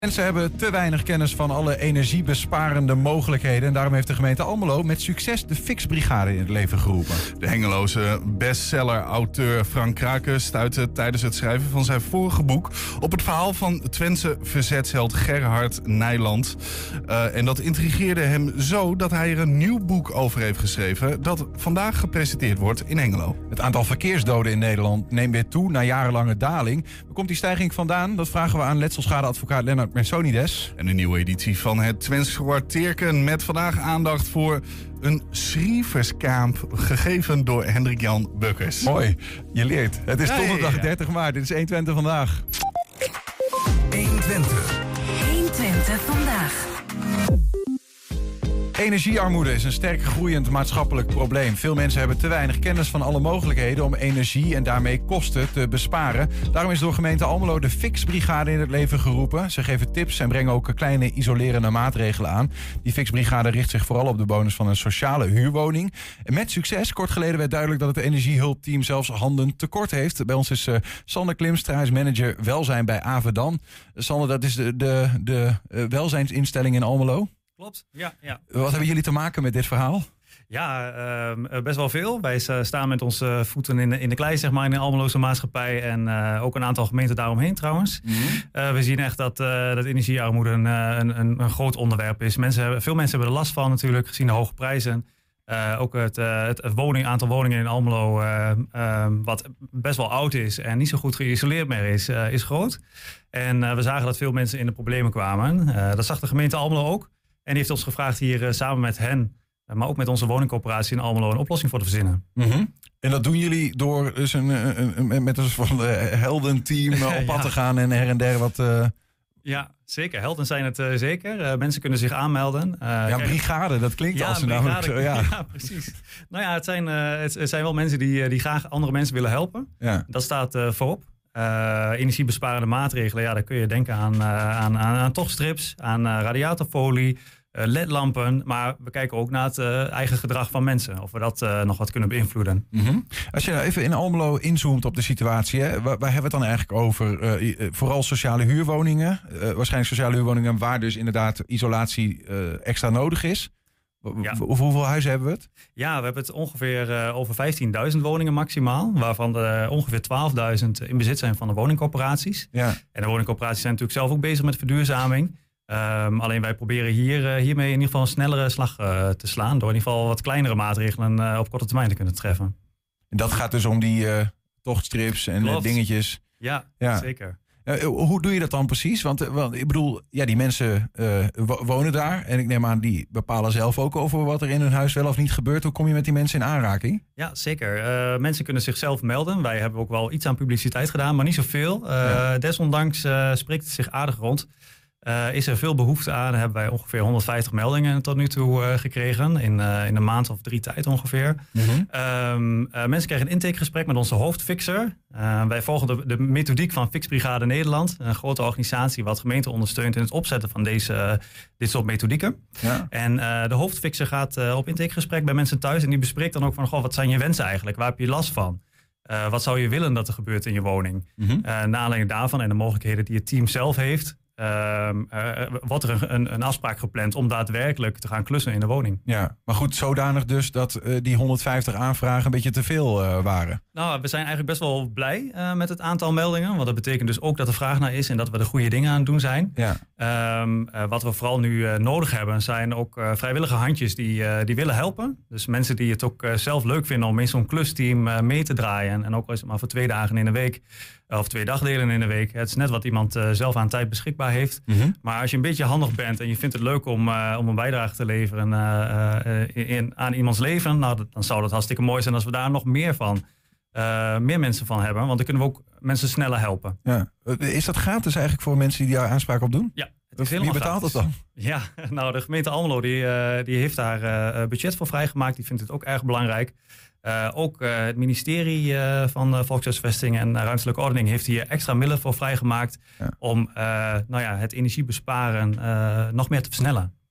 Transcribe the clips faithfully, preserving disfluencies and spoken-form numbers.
Mensen hebben te weinig kennis van alle energiebesparende mogelijkheden. En daarom heeft de gemeente Almelo met succes de Fixbrigade in het leven geroepen. De Hengeloze bestseller-auteur Frank Krake stuitte tijdens het schrijven van zijn vorige boek op het verhaal van Twentse verzetsheld Gerhard Nijland. Uh, en dat intrigeerde hem zo dat hij er een nieuw boek over heeft geschreven dat vandaag gepresenteerd wordt in Hengelo. Het aantal verkeersdoden in Nederland neemt weer toe na jarenlange daling. Waar komt die stijging vandaan? Dat vragen we aan letselschadeadvocaat Lennart Mersonides. En een nieuwe editie van het Twents Kwartierken met vandaag aandacht voor een schrijverskamp gegeven door Hendrik-Jan Bukkers. Mooi, je leert. Het is ja, donderdag ja, ja. dertig maart, dit is honderdtwintig vandaag. honderdtwintig. honderdtwintig vandaag. Energiearmoede is een sterk groeiend maatschappelijk probleem. Veel mensen hebben te weinig kennis van alle mogelijkheden om energie en daarmee kosten te besparen. Daarom is door gemeente Almelo de Fixbrigade in het leven geroepen. Ze geven tips en brengen ook kleine isolerende maatregelen aan. Die Fixbrigade richt zich vooral op de bewoners van een sociale huurwoning. En met succes. Kort geleden werd duidelijk dat het energiehulpteam zelfs handen tekort heeft. Bij ons is uh, Sander Klimstra, hij is manager welzijn bij Avedan. Sander, dat is de, de, de uh, welzijnsinstelling in Almelo. Klopt, ja, ja. Wat hebben jullie te maken met dit verhaal? Ja, uh, best wel veel. Wij uh, staan met onze voeten in de, in de klei, zeg maar, in de Almeloze maatschappij. En uh, ook een aantal gemeenten daaromheen trouwens. Mm-hmm. Uh, we zien echt dat, uh, dat energiearmoede een, een, een, een groot onderwerp is. Mensen hebben, veel mensen hebben er last van natuurlijk, gezien de hoge prijzen. Uh, ook het, uh, het woning, aantal woningen in Almelo, uh, uh, wat best wel oud is en niet zo goed geïsoleerd meer is, uh, is groot. En uh, we zagen dat veel mensen in de problemen kwamen. Uh, dat zag de gemeente Almelo ook. En die heeft ons gevraagd hier uh, samen met hen, uh, maar ook met onze woningcorporatie in Almelo, een oplossing voor te verzinnen. Mm-hmm. En dat doen jullie door dus een, een, een, met een soort van uh, heldenteam uh, op pad ja. te gaan en her en der wat... Uh... Ja, zeker. Helden zijn het uh, zeker. Uh, mensen kunnen zich aanmelden. Uh, ja, kijk, brigade, dat klinkt ja, als een brigade, namelijk zo. Ja. ja, precies. Nou ja, het zijn, uh, het zijn wel mensen die, die graag andere mensen willen helpen. Ja. Dat staat uh, voorop. Uh, energiebesparende maatregelen, ja, daar kun je denken aan, uh, aan, aan, aan tochtstrips, aan uh, radiatorfolie, uh, L E D-lampen. Maar we kijken ook naar het uh, eigen gedrag van mensen. Of we dat uh, nog wat kunnen beïnvloeden. Mm-hmm. Als je nou even in Almelo inzoomt op de situatie, hè, waar, waar hebben we het dan eigenlijk over? Uh, vooral sociale huurwoningen. Uh, waarschijnlijk sociale huurwoningen waar dus inderdaad isolatie uh, extra nodig is. Ja. Over hoeveel huizen hebben we het? Ja, we hebben het ongeveer uh, over vijftienduizend woningen maximaal. Waarvan er ongeveer twaalfduizend in bezit zijn van de woningcorporaties. Ja. En de woningcorporaties zijn natuurlijk zelf ook bezig met verduurzaming. Um, alleen wij proberen hier, uh, hiermee in ieder geval een snellere slag uh, te slaan. Door in ieder geval wat kleinere maatregelen uh, op korte termijn te kunnen treffen. En dat gaat dus om die uh, tochtstrips en uh, dingetjes. Ja, ja, zeker. Uh, hoe doe je dat dan precies? Want, want ik bedoel, ja, die mensen uh, wonen daar. En ik neem aan, die bepalen zelf ook over wat er in hun huis wel of niet gebeurt. Hoe kom je met die mensen in aanraking? Ja, zeker. Uh, mensen kunnen zichzelf melden. Wij hebben ook wel iets aan publiciteit gedaan, maar niet zoveel. Uh, ja. Desondanks uh, spreekt het zich aardig rond. Uh, is er veel behoefte aan. Hebben wij ongeveer honderdvijftig meldingen tot nu toe uh, gekregen. In, uh, in een maand of drie tijd ongeveer. Mm-hmm. Um, uh, mensen krijgen een intakegesprek met onze hoofdfixer. Uh, wij volgen de, de methodiek van Fixbrigade Nederland. Een grote organisatie wat gemeenten ondersteunt in het opzetten van deze, uh, dit soort methodieken. Ja. En uh, de hoofdfixer gaat uh, op intakegesprek bij mensen thuis. En die bespreekt dan ook van, goh, wat zijn je wensen eigenlijk? Waar heb je last van? Uh, wat zou je willen dat er gebeurt in je woning? Mm-hmm. Uh, naar aanleiding daarvan en de mogelijkheden die het team zelf heeft... Uh, uh, wordt er een, een afspraak gepland om daadwerkelijk te gaan klussen in de woning. Ja, maar goed, zodanig dus dat uh, die honderdvijftig aanvragen een beetje te veel uh, waren. Nou, we zijn eigenlijk best wel blij uh, met het aantal meldingen. Want dat betekent dus ook dat er vraag naar is en dat we de goede dingen aan het doen zijn. Ja. Um, uh, wat we vooral nu uh, nodig hebben zijn ook uh, vrijwillige handjes die, uh, die willen helpen. Dus mensen die het ook uh, zelf leuk vinden om in zo'n klusteam uh, mee te draaien. En ook al is het maar voor twee dagen in de week. Of twee dagdelen in de week. Het is net wat iemand uh, zelf aan tijd beschikbaar heeft. Mm-hmm. Maar als je een beetje handig bent en je vindt het leuk om, uh, om een bijdrage te leveren uh, uh, in, aan iemands leven, nou, dat, dan zou dat hartstikke mooi zijn als we daar nog meer van, uh, meer mensen van hebben. Want dan kunnen we ook mensen sneller helpen. Ja. Is dat gratis eigenlijk voor mensen die daar aanspraak op doen? Ja. Wie betaalt dat dan? Ja, nou de gemeente Almelo die, uh, die heeft daar uh, budget voor vrijgemaakt. Die vindt het ook erg belangrijk. Uh, ook uh, het ministerie uh, van uh, Volkshuisvesting en uh, Ruimtelijke Ordening heeft hier extra middelen voor vrijgemaakt ja. om uh, nou ja, het energiebesparen uh, nog meer te versnellen.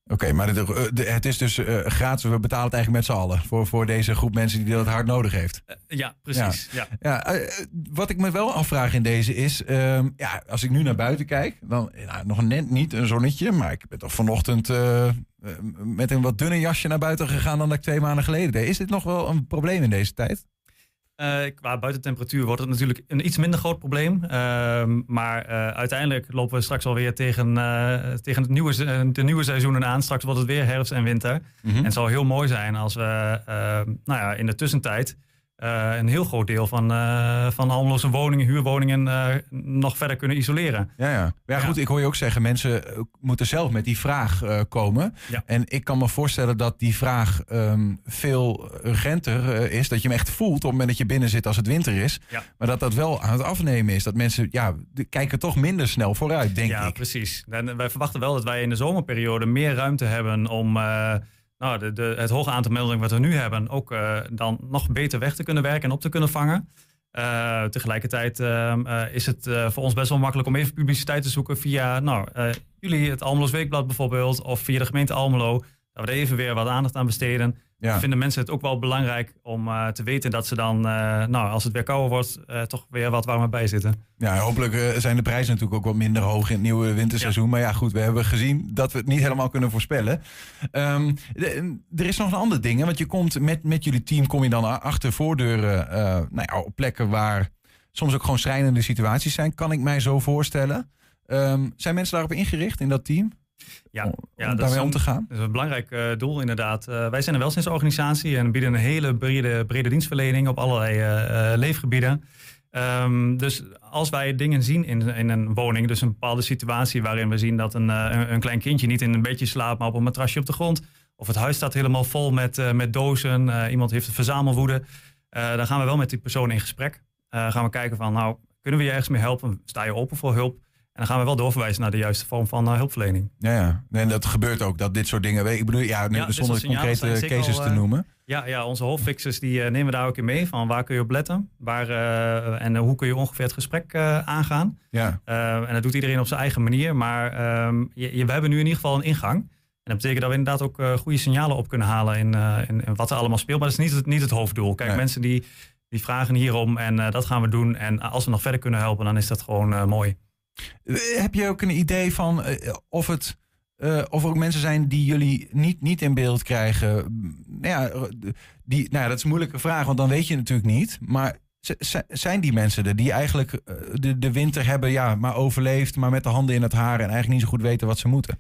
Oké, okay, maar de, de, het is dus uh, gratis. We betalen het eigenlijk met z'n allen. Voor, voor deze groep mensen die dat hard nodig heeft. Uh, ja, precies. Ja. Ja. Ja, uh, wat ik me wel afvraag in deze is... Uh, ja, als ik nu naar buiten kijk... dan nou, nog net niet een zonnetje... maar ik ben toch vanochtend uh, uh, met een wat dunner jasje naar buiten gegaan... dan dat ik twee maanden geleden deed. Is dit nog wel een probleem in deze tijd? Uh, qua buitentemperatuur wordt het natuurlijk een iets minder groot probleem. Uh, maar uh, uiteindelijk lopen we straks alweer tegen, uh, tegen het nieuwe, de nieuwe seizoenen aan. Straks wordt het weer herfst en winter. Mm-hmm. En het zou heel mooi zijn als we uh, nou ja, in de tussentijd... Uh, een heel groot deel van, uh, van Almeloze woningen, huurwoningen, uh, nog verder kunnen isoleren. Ja, ja. ja, goed, ja. Ik hoor je ook zeggen, mensen moeten zelf met die vraag uh, komen. Ja. En ik kan me voorstellen dat die vraag um, veel urgenter uh, is. Dat je hem echt voelt op het moment dat je binnen zit als het winter is. Ja. Maar dat dat wel aan het afnemen is. Dat mensen ja, kijken toch minder snel vooruit, denk ja, ik. Ja, precies. En wij verwachten wel dat wij in de zomerperiode meer ruimte hebben om... Uh, Nou, de, de, het hoge aantal meldingen wat we nu hebben ook uh, dan nog beter weg te kunnen werken en op te kunnen vangen. Uh, tegelijkertijd uh, uh, is het uh, voor ons best wel makkelijk om even publiciteit te zoeken via nou, uh, jullie, het Almeloos Weekblad bijvoorbeeld, of via de gemeente Almelo. Dat we er even weer wat aandacht aan besteden. Ja. Vinden mensen het ook wel belangrijk om uh, te weten dat ze dan, uh, nou, als het weer kouder wordt, uh, toch weer wat warmer bij zitten. Ja, hopelijk uh, zijn de prijzen natuurlijk ook wat minder hoog in het nieuwe winterseizoen. Ja. Maar ja, goed, we hebben gezien dat we het niet helemaal kunnen voorspellen. Um, de, er is nog een ander ding, hè, want je komt met, met jullie team kom je dan achter voordeuren uh, nou ja, op plekken waar soms ook gewoon schrijnende situaties zijn, kan ik mij zo voorstellen. Um, zijn mensen daarop ingericht in dat team? Ja, om, ja, om dat daarmee is een, om te gaan. Dat is een belangrijk uh, doel inderdaad. Uh, wij zijn een welzijnsorganisatie en bieden een hele brede, brede dienstverlening op allerlei uh, leefgebieden. Um, dus als wij dingen zien in, in een woning, dus een bepaalde situatie waarin we zien dat een, uh, een, een klein kindje niet in een bedje slaapt, maar op een matrasje op de grond, of het huis staat helemaal vol met, uh, met dozen, uh, iemand heeft een verzamelwoede, uh, dan gaan we wel met die persoon in gesprek. Uh, gaan we kijken van, nou, kunnen we je ergens mee helpen? Sta je open voor hulp? En dan gaan we wel doorverwijzen naar de juiste vorm van uh, hulpverlening. Ja, ja. En dat gebeurt ook, dat dit soort dingen... Ik bedoel, ja, ja zonder concrete cases al, uh, te noemen. Ja, ja, onze hoofdfixers die uh, nemen daar ook in mee. Van waar kun je op letten? Waar, uh, en uh, hoe kun je ongeveer het gesprek uh, aangaan? Ja. Uh, en dat doet iedereen op zijn eigen manier. Maar um, je, je, we hebben nu in ieder geval een ingang. En dat betekent dat we inderdaad ook uh, goede signalen op kunnen halen... In, uh, in, in wat er allemaal speelt. Maar dat is niet het, niet het hoofddoel. Kijk, nee. mensen die, die vragen hierom en uh, dat gaan we doen. En als we nog verder kunnen helpen, dan is dat gewoon uh, mooi. Heb je ook een idee van uh, of, het, uh, of er ook mensen zijn die jullie niet, niet in beeld krijgen? Nou ja, die, nou ja, dat is een moeilijke vraag, want dan weet je natuurlijk niet. Maar z- zijn die mensen er die eigenlijk uh, de, de winter hebben, ja, maar overleefd, maar met de handen in het haar en eigenlijk niet zo goed weten wat ze moeten?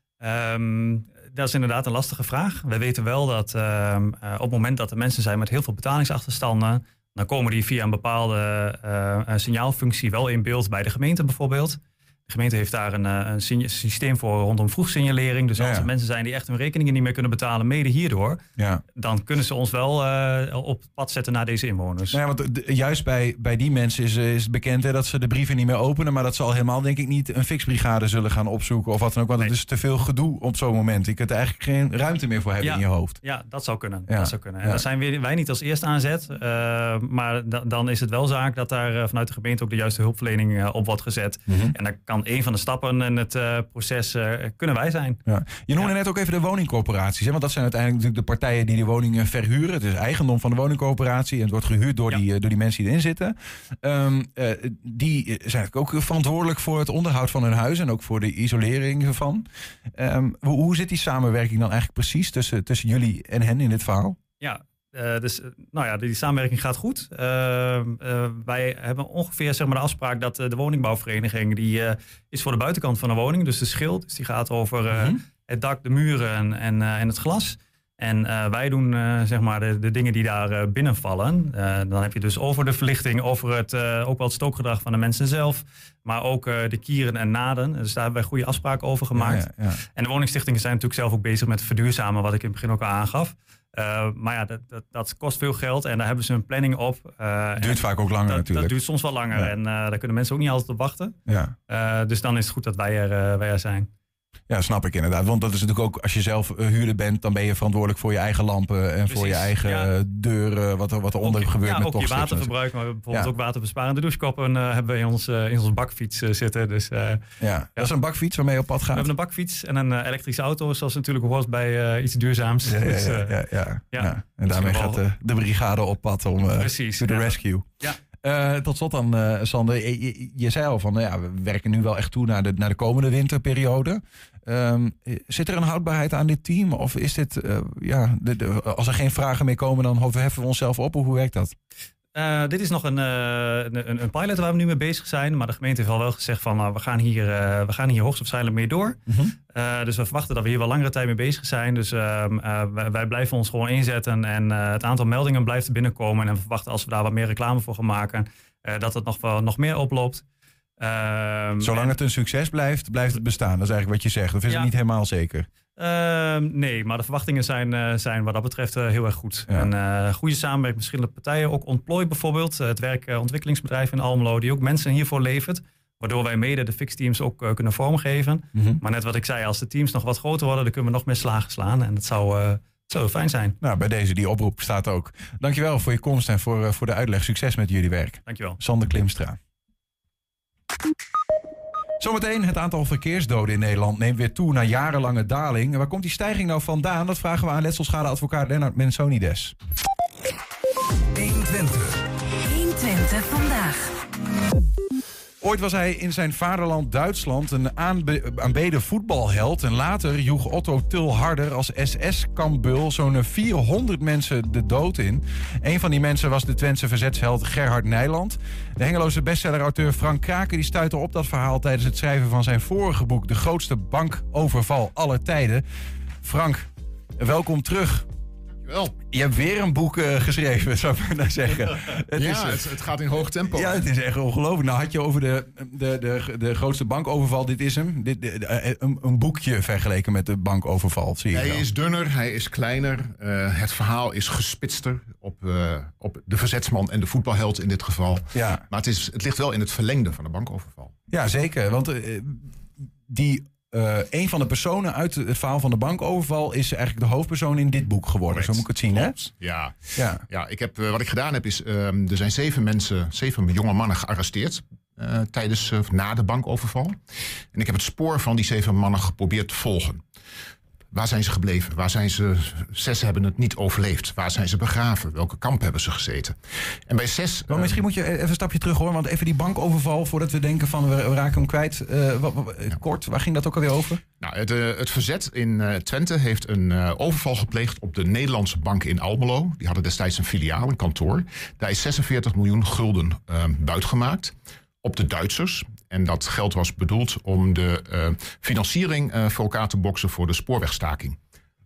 Um, dat is inderdaad een lastige vraag. We weten wel dat uh, uh, op het moment dat er mensen zijn met heel veel betalingsachterstanden, dan komen die via een bepaalde uh, een signaalfunctie wel in beeld bij de gemeente bijvoorbeeld. De gemeente heeft daar een, een sign- systeem voor rondom vroegsignalering. Dus als ja, ja. er mensen zijn die echt hun rekeningen niet meer kunnen betalen, mede hierdoor, ja. dan kunnen ze ons wel uh, op het pad zetten naar deze inwoners. Nou ja, want de, juist bij, bij die mensen is, is het bekend hè, dat ze de brieven niet meer openen, maar dat ze al helemaal denk ik niet een fixbrigade zullen gaan opzoeken of wat dan ook, want nee. het is te veel gedoe op zo'n moment. Je kunt er eigenlijk geen ruimte meer voor hebben ja, in je hoofd. Ja, dat zou kunnen. Ja. Dat zou kunnen. En ja. daar zijn wij, wij niet als eerste aan zet, uh, maar da, dan is het wel zaak dat daar uh, vanuit de gemeente ook de juiste hulpverlening uh, op wordt gezet. Mm-hmm. En daar kan een van de stappen in het uh, proces uh, kunnen wij zijn. Ja. Je noemde ja. net ook even de woningcorporaties. Hè? Want dat zijn uiteindelijk natuurlijk de partijen die de woningen verhuren. Het is eigendom van de woningcorporatie. En het wordt gehuurd door, ja. die, door die mensen die erin zitten. Um, uh, die zijn ook verantwoordelijk voor het onderhoud van hun huis. En ook voor de isolering ervan. Um, hoe, hoe zit die samenwerking dan eigenlijk precies tussen, tussen jullie en hen in dit verhaal? Ja. Uh, dus nou ja, die samenwerking gaat goed. Uh, uh, wij hebben ongeveer zeg maar, de afspraak dat uh, de woningbouwvereniging die uh, is voor de buitenkant van de woning. Dus de schild, dus die gaat over uh, mm-hmm. het dak, de muren en, uh, en het glas. En uh, wij doen uh, zeg maar de, de dingen die daar uh, binnenvallen. Uh, dan heb je dus over de verlichting, over het, uh, ook wel het stookgedrag van de mensen zelf. Maar ook uh, de kieren en naden. Dus daar hebben wij goede afspraken over gemaakt. Ja, ja, ja. En de woningstichtingen zijn natuurlijk zelf ook bezig met verduurzamen, wat ik in het begin ook al aangaf. Uh, maar ja, dat, dat, dat kost veel geld en daar hebben ze een planning op. Uh, duurt vaak ook langer dat, natuurlijk. Dat duurt soms wel langer ja. en uh, daar kunnen mensen ook niet altijd op wachten. Ja. Uh, dus dan is het goed dat wij er, uh, wij er zijn. Ja, snap ik inderdaad. Want dat is natuurlijk ook, als je zelf uh, huurder bent, dan ben je verantwoordelijk voor je eigen lampen en Precies, voor je eigen ja. deuren, wat er, wat er onder ook, gebeurt ja, met ook je waterverbruik, maar bijvoorbeeld ja. ook waterbesparende douchekoppen uh, hebben we in, ons, uh, in onze bakfiets uh, zitten. Dus, uh, ja. ja, dat is een bakfiets waarmee je op pad gaat? We hebben een bakfiets en een uh, elektrische auto, zoals natuurlijk hoort bij uh, iets duurzaams. Ja, ja, dus, uh, ja, ja, ja. ja. ja. En daarmee gaat de, de brigade op pad om uh, Precies, to the ja. rescue. Ja. Uh, tot slot dan, uh, Sander. Je, je, je zei al van, nou ja, we werken nu wel echt toe naar de, naar de komende winterperiode. Um, zit er een houdbaarheid aan dit team? Of is dit, uh, ja, de, de, als er geen vragen meer komen, dan heffen we onszelf op? Hoe werkt dat? Uh, dit is nog een, uh, een, een pilot waar we nu mee bezig zijn. Maar de gemeente heeft al wel gezegd van, nou, we gaan hier, uh, we gaan hier hoogstwaarschijnlijk mee door. Mm-hmm. Uh, dus we verwachten dat we hier wel langere tijd mee bezig zijn. Dus uh, uh, wij, wij blijven ons gewoon inzetten. En uh, het aantal meldingen blijft binnenkomen. En we verwachten als we daar wat meer reclame voor gaan maken, uh, dat het nog, wel, nog meer oploopt. Uh, Zolang het een succes blijft, blijft het bestaan. Dat is eigenlijk wat je zegt. Of is ja. het niet helemaal zeker? Uh, nee, maar de verwachtingen zijn, uh, zijn wat dat betreft uh, heel erg goed. Ja. En uh, goede samenwerking met verschillende partijen. Ook Ontplooi bijvoorbeeld, uh, het werkontwikkelingsbedrijf in Almelo, die ook mensen hiervoor levert. Waardoor wij mede de fixteams ook uh, kunnen vormgeven. Mm-hmm. Maar net wat ik zei, als de teams nog wat groter worden, dan kunnen we nog meer slagen slaan. En dat zou, uh, zou fijn zijn. Nou, bij deze, die oproep staat ook. Dankjewel voor je komst en voor, uh, voor de uitleg. Succes met jullie werk. Dankjewel. Sander Klimstra. Zometeen, het aantal verkeersdoden in Nederland neemt weer toe na jarenlange daling. En waar komt die stijging nou vandaan? Dat vragen we aan letselschadeadvocaat Lennart Mensonides. honderdtwintig. honderdtwintig vandaag. Ooit was hij in zijn vaderland Duitsland een aanbe- aanbeden voetbalheld. En later joeg Otto Tulharder als S S-kambul zo'n vierhonderd mensen de dood in. Een van die mensen was de Twentse verzetsheld Gerhard Nijland. De Hengeloze bestseller-auteur Frank Kraker die stuitte op dat verhaal tijdens het schrijven van zijn vorige boek De grootste bankoverval aller tijden. Frank, welkom terug. Wel. Je hebt weer een boek uh, geschreven, zou ik maar zeggen. Het ja, is, het, het gaat in hoog tempo. Ja, het is echt ongelooflijk. Nou had je over de, de, de, de grootste bankoverval, dit is hem. Dit, de, de, een, een boekje vergeleken met de bankoverval, zie je Hij wel. is dunner, hij is kleiner. Uh, het verhaal is gespitster op, uh, op de verzetsman en de voetbalheld in dit geval. Ja. Maar het, is, het ligt wel in het verlengde van de bankoverval. Ja, zeker. Want uh, die... Uh, een van de personen uit het verhaal van de bankoverval is eigenlijk de hoofdpersoon in dit boek geworden. Correct. Zo moet ik het zien, Klopt. hè? Ja. ja. ja ik heb, uh, wat ik gedaan heb is, uh, er zijn zeven mensen, zeven jonge mannen gearresteerd uh, tijdens, uh, na de bankoverval. En ik heb het spoor van die zeven mannen geprobeerd te volgen. Waar zijn ze gebleven? Waar zijn ze? Zes hebben het niet overleefd. Waar zijn ze begraven? Welke kamp hebben ze gezeten? En bij zes... Maar misschien moet je even een stapje terug hoor. Want even die bankoverval, voordat we denken van we, we raken hem kwijt. Uh, wat, wat, ja. Kort, waar ging dat ook alweer over? Nou, het, uh, het verzet in uh, Twente heeft een uh, overval gepleegd op de Nederlandse bank in Almelo. Die hadden destijds een filiaal, een kantoor. Daar is zesenveertig miljoen gulden uh, buitgemaakt op de Duitsers. En dat geld was bedoeld om de uh, financiering uh, voor elkaar te boksen voor de spoorwegstaking.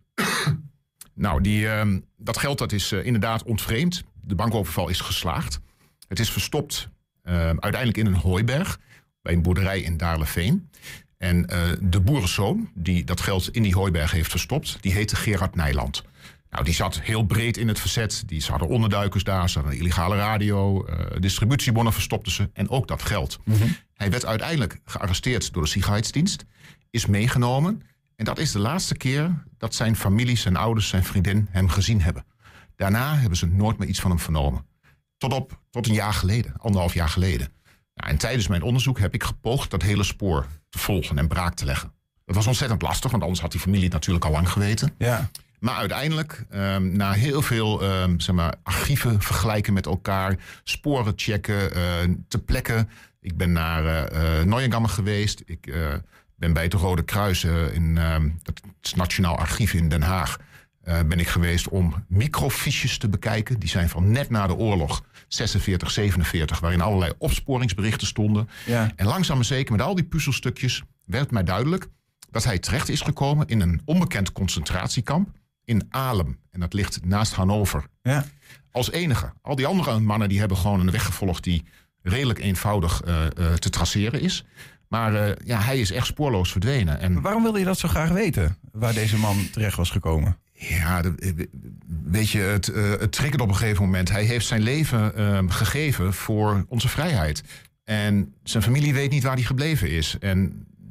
nou, die, uh, dat geld dat is uh, inderdaad ontvreemd. De bankoverval is geslaagd. Het is verstopt uh, uiteindelijk in een hooiberg bij een boerderij in Daarleveen. En uh, de boerenzoon die dat geld in die hooiberg heeft verstopt, die heette Gerhard Nijland. Nou, die zat heel breed in het verzet. Die hadden onderduikers daar, ze hadden een illegale radio, uh, distributiebonnen verstopten ze en ook dat geld. Mm-hmm. Hij werd uiteindelijk gearresteerd door de Sicherheidsdienst, is meegenomen. En dat is de laatste keer dat zijn familie, zijn ouders, zijn vriendin hem gezien hebben. Daarna hebben ze nooit meer iets van hem vernomen. Tot op, tot een jaar geleden, anderhalf jaar geleden. Nou, en tijdens mijn onderzoek heb ik gepoogd dat hele spoor te volgen en braak te leggen. Dat was ontzettend lastig, want anders had die familie het natuurlijk al lang geweten. Ja. Maar uiteindelijk, um, na heel veel um, zeg maar, archieven vergelijken met elkaar, sporen checken, uh, te plekken. Ik ben naar uh, uh, Neuengamme geweest. Ik uh, ben bij het Rode Kruis uh, in uh, het Nationaal Archief in Den Haag. Uh, ben ik geweest om microfiches te bekijken. Die zijn van net na de oorlog, zesenveertig, zevenenveertig, waarin allerlei opsporingsberichten stonden. Ja. En langzaam maar zeker met al die puzzelstukjes werd mij duidelijk dat hij terecht is gekomen in een onbekend concentratiekamp in Alem. En dat ligt naast Hannover. Ja. Als enige. Al die andere mannen die hebben gewoon een weg gevolgd die redelijk eenvoudig uh, uh, te traceren is. Maar uh, ja, hij is echt spoorloos verdwenen. En waarom wilde je dat zo graag weten, waar deze man terecht was gekomen? Ja, de, weet je, het, uh, het triggerde op een gegeven moment. Hij heeft zijn leven uh, gegeven voor onze vrijheid. En zijn familie weet niet waar hij gebleven is. En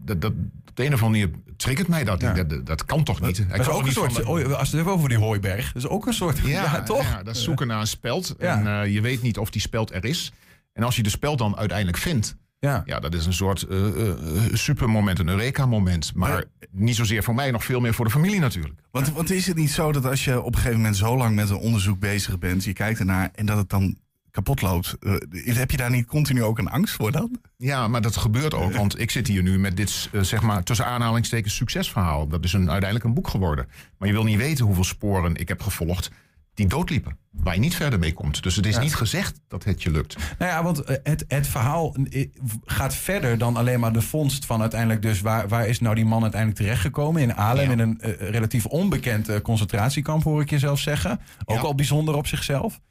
dat, dat, op de een of andere manier triggert mij dat. Ja. Dat, dat. Dat kan toch niet? Hij Dat is kan ook een niet soort, van- oh, als we het hebben over die hooiberg, dat is ook een soort, ja, Ja, toch? Ja, dat is zoeken naar een speld. Ja. En uh, je weet niet of die speld er is. En als je de speld dan uiteindelijk vindt... Ja. Ja, dat is een soort uh, uh, supermoment, een Eureka-moment. Maar Ja. niet zozeer voor mij, nog veel meer voor de familie natuurlijk. Want, want is het niet zo dat als je op een gegeven moment zo lang met een onderzoek bezig bent, je kijkt ernaar en dat het dan kapot loopt, uh, heb je daar niet continu ook een angst voor dan? Ja, maar dat gebeurt ook. Want ik zit hier nu met dit, uh, zeg maar, tussen aanhalingstekens succesverhaal. Dat is een, uiteindelijk een boek geworden. Maar je wil niet weten hoeveel sporen ik heb gevolgd die doodliepen. Waar je niet verder mee komt. Dus het is Ja. niet gezegd dat het je lukt. Nou ja, want het, het verhaal gaat verder dan alleen maar de vondst van uiteindelijk dus waar, waar is nou die man uiteindelijk terechtgekomen? In Alem, Ja. in een uh, relatief onbekend uh, concentratiekamp, hoor ik je zelf zeggen. Ook Ja. al bijzonder op zichzelf.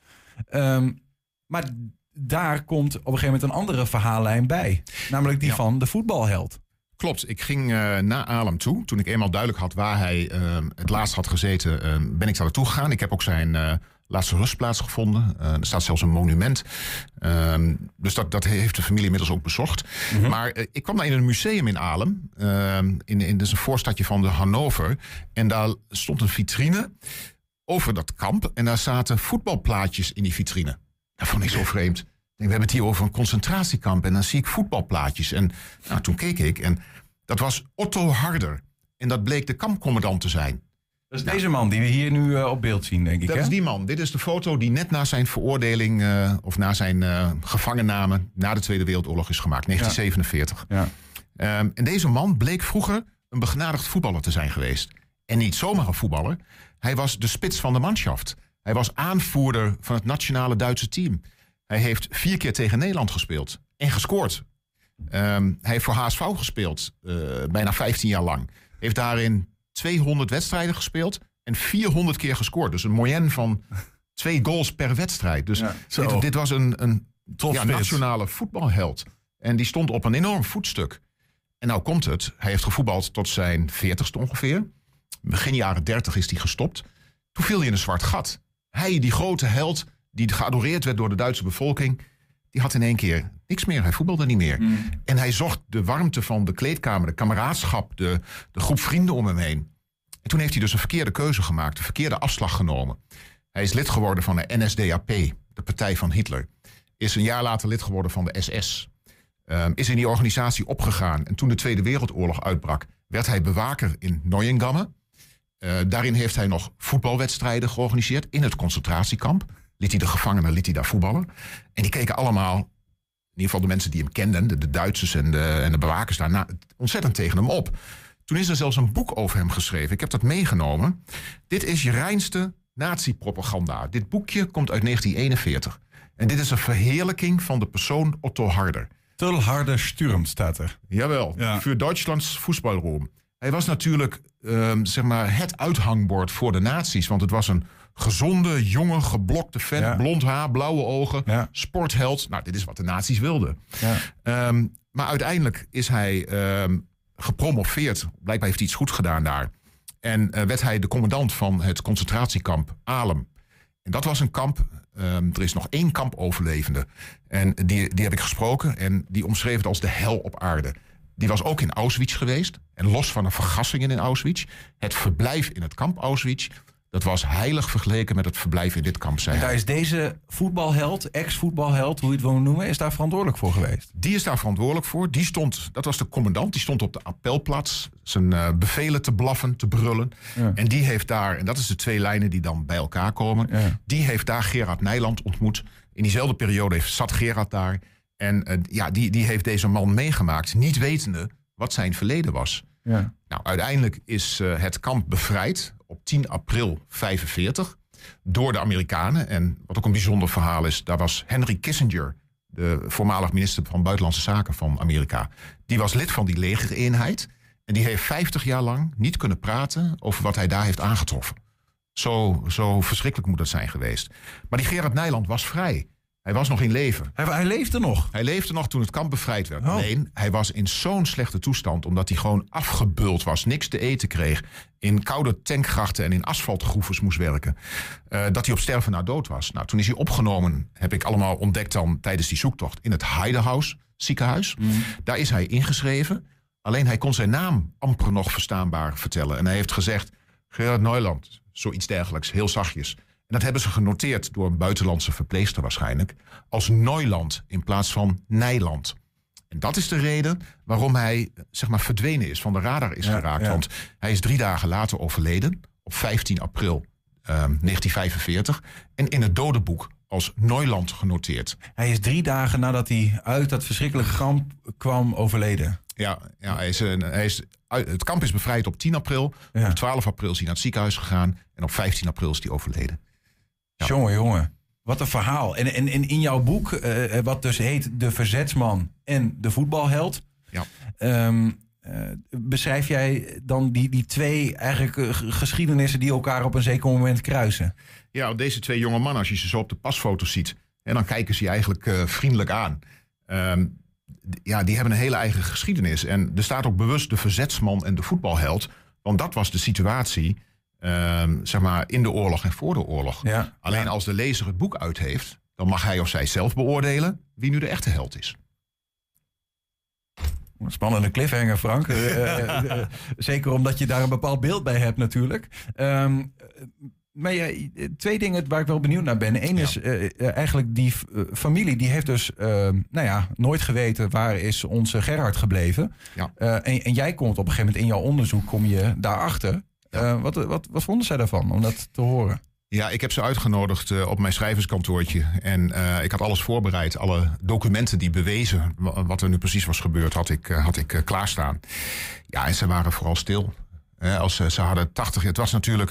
Um, maar daar komt op een gegeven moment een andere verhaallijn bij. Namelijk die Ja. van de voetbalheld. Klopt, ik ging uh, naar Alem toe. Toen ik eenmaal duidelijk had waar hij uh, het laatst had gezeten, uh, ben ik daar naartoe gegaan. Ik heb ook zijn uh, laatste rustplaats gevonden. Uh, er staat zelfs een monument. Uh, dus dat, dat heeft de familie inmiddels ook bezocht. Mm-hmm. Maar uh, ik kwam daar in een museum in Alem. Uh, in, in, dat is een voorstadje van de Hannover. En daar stond een vitrine over dat kamp. En daar zaten voetbalplaatjes in die vitrine. Dat vond ik zo vreemd. We hebben het hier over een concentratiekamp en dan zie ik voetbalplaatjes. En nou, toen keek ik en dat was Otto Harder. En dat bleek de kampcommandant te zijn. Dat is ja. deze man die we hier nu uh, op beeld zien, denk ik. Dat hè? is die man. Dit is de foto die net na zijn veroordeling uh, of na zijn uh, gevangenname na de Tweede Wereldoorlog is gemaakt, negentien zevenenveertig. Ja. Ja. Um, en deze man bleek vroeger een begenadigd voetballer te zijn geweest. En niet zomaar een voetballer. Hij was de spits van de manschaft. Hij was aanvoerder van het nationale Duitse team. Hij heeft vier keer tegen Nederland gespeeld en gescoord. Um, hij heeft voor H S V gespeeld, uh, bijna vijftien jaar lang. Heeft daarin tweehonderd wedstrijden gespeeld en vierhonderd keer gescoord. Dus een moyenne van twee goals per wedstrijd. Dus ja, dit, dit was een, een ja, nationale voetbalheld. En die stond op een enorm voetstuk. En nou komt het, hij heeft gevoetbald tot zijn veertigste ongeveer. Begin jaren dertig is hij gestopt. Toen viel hij in een zwart gat. Hij, die grote held die geadoreerd werd door de Duitse bevolking, die had in één keer niks meer. Hij voetbalde niet meer. Mm. En hij zocht de warmte van de kleedkamer, de kameraadschap, de, de groep vrienden om hem heen. En toen heeft hij dus een verkeerde keuze gemaakt, een verkeerde afslag genomen. Hij is lid geworden van de N S D A P, de partij van Hitler. Is een jaar later lid geworden van de S S. Um, is in die organisatie opgegaan. En toen de Tweede Wereldoorlog uitbrak, werd hij bewaker in Neuengamme. Uh, daarin heeft hij nog voetbalwedstrijden georganiseerd in het concentratiekamp. Liet hij de gevangenen, liet hij daar voetballen. En die keken allemaal, in ieder geval de mensen die hem kenden, de, de Duitsers en de, en de bewakers daarna, ontzettend tegen hem op. Toen is er zelfs een boek over hem geschreven. Ik heb dat meegenomen. Dit is je reinste nazi-propaganda. Dit boekje komt uit negentien eenenveertig. En dit is een verheerlijking van de persoon Otto Harder. Till Harder stürmt staat er. Jawel, ja. Voor Duitslands voetbalroem. Hij was natuurlijk um, zeg maar het uithangbord voor de nazi's. Want het was een gezonde, jonge, geblokte vent. Ja. Blond haar, blauwe ogen, ja. Sportheld. Nou, dit is wat de nazi's wilden. Ja. Um, maar uiteindelijk is hij um, gepromoveerd. Blijkbaar heeft hij iets goed gedaan daar. En uh, werd hij de commandant van het concentratiekamp Alem. En dat was een kamp. Um, er is nog één kampoverlevende. En die, die heb ik gesproken. En die omschreef het als de hel op aarde. Die was ook in Auschwitz geweest. En los van de vergassingen in Auschwitz. Het verblijf in het kamp Auschwitz. Dat was heilig vergeleken met het verblijf in dit kamp. En daar is deze voetbalheld, ex-voetbalheld, hoe je het wil noemen, is daar verantwoordelijk voor geweest? Die is daar verantwoordelijk voor. Die stond, dat was de commandant. Die stond op de appelplaats. Zijn uh, bevelen te blaffen, te brullen. Ja. En die heeft daar, en dat is de twee lijnen die dan bij elkaar komen. Ja. Die heeft daar Gerard Nijland ontmoet. In diezelfde periode heeft, zat Gerard daar. En uh, ja, die, die heeft deze man meegemaakt, niet wetende wat zijn verleden was. Ja. Nou, uiteindelijk is uh, het kamp bevrijd op tien april vijfenveertig door de Amerikanen. En wat ook een bijzonder verhaal is, daar was Henry Kissinger, de voormalig minister van Buitenlandse Zaken van Amerika. Die was lid van die legereenheid. En die heeft vijftig jaar lang niet kunnen praten over wat hij daar heeft aangetroffen. Zo, zo verschrikkelijk moet dat zijn geweest. Maar die Gerard Nijland was vrij. Hij was nog in leven. Hij, hij leefde nog? Hij leefde nog toen het kamp bevrijd werd. Oh. Alleen, hij was in zo'n slechte toestand, omdat hij gewoon afgebult was, niks te eten kreeg, in koude tankgrachten en in asfaltgroeves moest werken, uh, dat hij op sterven na dood was. Nou, toen is hij opgenomen, heb ik allemaal ontdekt dan tijdens die zoektocht, in het Heidehaus ziekenhuis. Mm. Daar is hij ingeschreven. Alleen hij kon zijn naam amper nog verstaanbaar vertellen. En hij heeft gezegd, Gerard Neuland, zoiets dergelijks, heel zachtjes. En dat hebben ze genoteerd door een buitenlandse verpleegster waarschijnlijk, als Neuland in plaats van Nijland. En dat is de reden waarom hij zeg maar, verdwenen is, van de radar is ja, geraakt. Ja. Want hij is drie dagen later overleden, op vijftien april uh, negentien vijfenveertig. En in het dodenboek als Neuland genoteerd. Hij is drie dagen nadat hij uit dat verschrikkelijke kamp kwam overleden. Ja, ja hij is, een, hij is, het kamp is bevrijd op tien april. Ja. Op twaalf april is hij naar het ziekenhuis gegaan. En op vijftien april is hij overleden. Ja. Jongen, jongen. Wat een verhaal. En, en, en in jouw boek, uh, wat dus heet De Verzetsman en de voetbalheld. Ja. Um, uh, beschrijf jij dan die, die twee eigenlijk uh, geschiedenissen die elkaar op een zeker moment kruisen? Ja, deze twee jonge mannen, als je ze zo op de pasfoto's ziet, en dan kijken ze je eigenlijk uh, vriendelijk aan. Um, ja, die hebben een hele eigen geschiedenis. En er staat ook bewust de verzetsman en de voetbalheld. Want dat was de situatie um, zeg maar in de oorlog en voor de oorlog. Ja, Alleen ja. als de lezer het boek uit heeft, dan mag hij of zij zelf beoordelen wie nu de echte held is. Spannende cliffhanger, Frank. uh, uh, uh, zeker omdat je daar een bepaald beeld bij hebt natuurlijk. Um, Maar ja, twee dingen waar ik wel benieuwd naar ben. Eén ja. is uh, eigenlijk die uh, familie, die heeft dus uh, nou ja, nooit geweten waar is onze Gerhard gebleven. Ja. Uh, en, en jij komt op een gegeven moment in jouw onderzoek, kom je daarachter. Ja. Uh, wat, wat, wat vonden zij daarvan om dat te horen? Ja, ik heb ze uitgenodigd uh, op mijn schrijverskantoortje. En uh, ik had alles voorbereid. Alle documenten die bewezen wat er nu precies was gebeurd, had ik, uh, had ik uh, klaarstaan. Ja, en ze waren vooral stil. Uh, als, uh, ze hadden tachtig, het was natuurlijk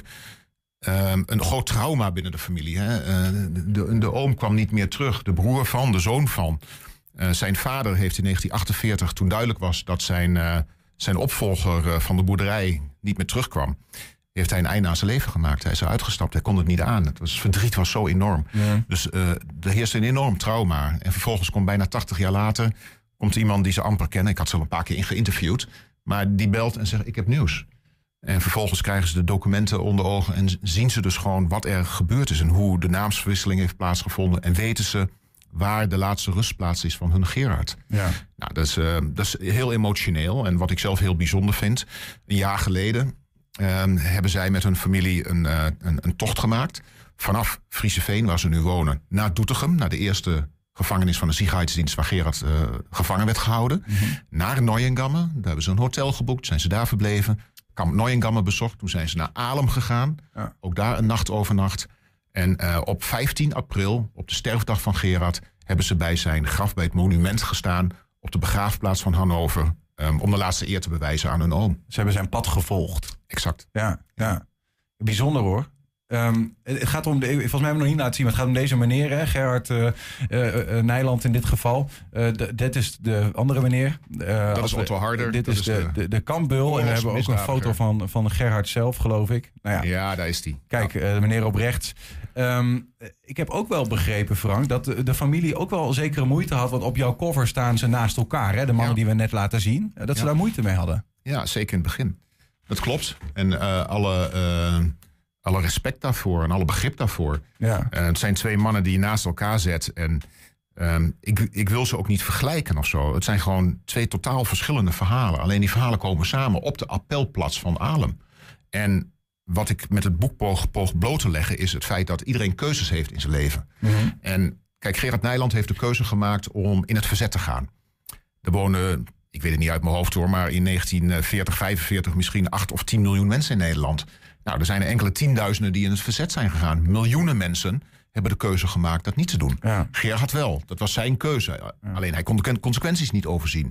Um, een groot trauma binnen de familie. Hè? Uh, de, de oom kwam niet meer terug. De broer van, de zoon van. Uh, zijn vader heeft in negentien achtenveertig, toen duidelijk was dat zijn, uh, zijn opvolger uh, van de boerderij niet meer terugkwam, heeft hij een einde aan zijn leven gemaakt. Hij is er uitgestapt, hij kon het niet aan. Het was, verdriet was zo enorm. Ja. Dus uh, er heerst een enorm trauma. En vervolgens komt bijna tachtig jaar later, komt iemand die ze amper kennen. Ik had ze al een paar keer in geïnterviewd. Maar die belt en zegt, ik heb nieuws. En vervolgens krijgen ze de documenten onder ogen en zien ze dus gewoon wat er gebeurd is en hoe de naamsverwisseling heeft plaatsgevonden. En weten ze waar de laatste rustplaats is van hun Gerhard. Ja. Nou, dat is, uh, dat is heel emotioneel. En wat ik zelf heel bijzonder vind, een jaar geleden uh, hebben zij met hun familie een, uh, een, een tocht gemaakt. Vanaf Frieseveen, waar ze nu wonen, naar Doetinchem, naar de eerste gevangenis van de Sicherheidsdienst waar Gerhard uh, gevangen werd gehouden. Mm-hmm. Naar Neuengamme, daar hebben ze een hotel geboekt, zijn ze daar verbleven. Kamp Neuengamme bezocht. Toen zijn ze naar Alem gegaan. Ja. Ook daar een nacht overnacht. En uh, op vijftien april, op de sterfdag van Gerhard, hebben ze bij zijn graf bij het monument gestaan op de begraafplaats van Hannover. Um, om de laatste eer te bewijzen aan hun oom. Ze hebben zijn pad gevolgd. Exact. Ja, ja. Bijzonder hoor. Um, het gaat om de, volgens mij hebben we nog niet laten zien, maar het gaat om deze meneer, hè, Gerhard uh, uh, uh, Nijland in dit geval. Uh, d- dit is de andere meneer. Uh, dat is Otto Harder. Dit is, is de, de, de kampbeul. En we hebben ook een foto van, van Gerhard zelf, geloof ik. Nou ja, ja, daar is die. Kijk, ja. uh, de meneer op rechts. Um, ik heb ook wel begrepen, Frank, dat de, de familie ook wel zekere moeite had. Want op jouw cover staan ze naast elkaar, hè, de mannen ja. die we net laten zien. Dat ze ja. daar moeite mee hadden. Ja, zeker in het begin. Dat klopt. En uh, alle... Uh, Alle respect daarvoor en alle begrip daarvoor. Ja. Uh, het zijn twee mannen die je naast elkaar zet. En um, ik, ik wil ze ook niet vergelijken of zo. Het zijn gewoon twee totaal verschillende verhalen. Alleen die verhalen komen samen op de appelplaats van Alem. En wat ik met het boek poog, poog bloot te leggen is het feit dat iedereen keuzes heeft in zijn leven. Mm-hmm. En kijk, Gerhard Nijland heeft de keuze gemaakt om in het verzet te gaan. Er wonen, ik weet het niet uit mijn hoofd hoor, maar in negentien veertig, vijfenveertig misschien acht of tien miljoen mensen in Nederland. Nou, er zijn er enkele tienduizenden die in het verzet zijn gegaan. Miljoenen mensen hebben de keuze gemaakt dat niet te doen. Ja. Gerhard wel, dat was zijn keuze. Ja. Alleen hij kon de consequenties niet overzien.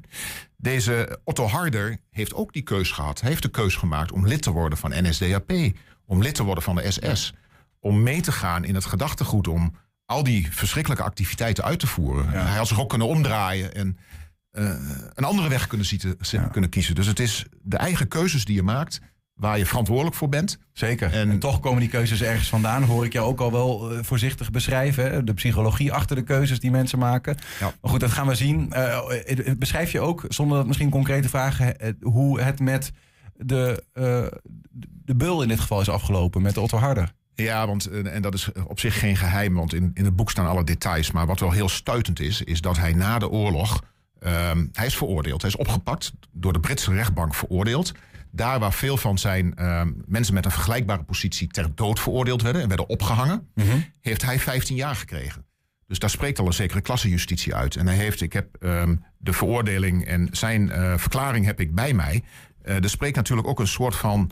Deze Otto Harder heeft ook die keuze gehad. Hij heeft de keuze gemaakt om lid te worden van N S D A P. Om lid te worden van de S S. Ja. Om mee te gaan in het gedachtegoed om al die verschrikkelijke activiteiten uit te voeren. Ja. Hij had zich ook kunnen omdraaien en uh, een andere weg kunnen, zieten, ja. kunnen kiezen. Dus het is de eigen keuzes die je maakt, waar je verantwoordelijk voor bent. Zeker. En, en toch komen die keuzes ergens vandaan. Hoor ik jou ook al wel uh, voorzichtig beschrijven. Hè? De psychologie achter de keuzes die mensen maken. Ja. Maar goed, dat gaan we zien. Uh, beschrijf je ook, zonder dat misschien concrete vragen, uh, hoe het met de, uh, de beul in dit geval is afgelopen. Met de Otto Harder. Ja, want en dat is op zich geen geheim. Want in, in het boek staan alle details. Maar wat wel heel stuitend is, is dat hij na de oorlog Um, hij is veroordeeld. Hij is opgepakt, door de Britse rechtbank veroordeeld. Daar waar veel van zijn um, mensen met een vergelijkbare positie ter dood veroordeeld werden en werden opgehangen, mm-hmm. heeft hij vijftien jaar gekregen. Dus daar spreekt al een zekere klassenjustitie uit. En hij heeft, ik heb um, de veroordeling en zijn uh, verklaring heb ik bij mij. Uh, er spreekt natuurlijk ook een soort van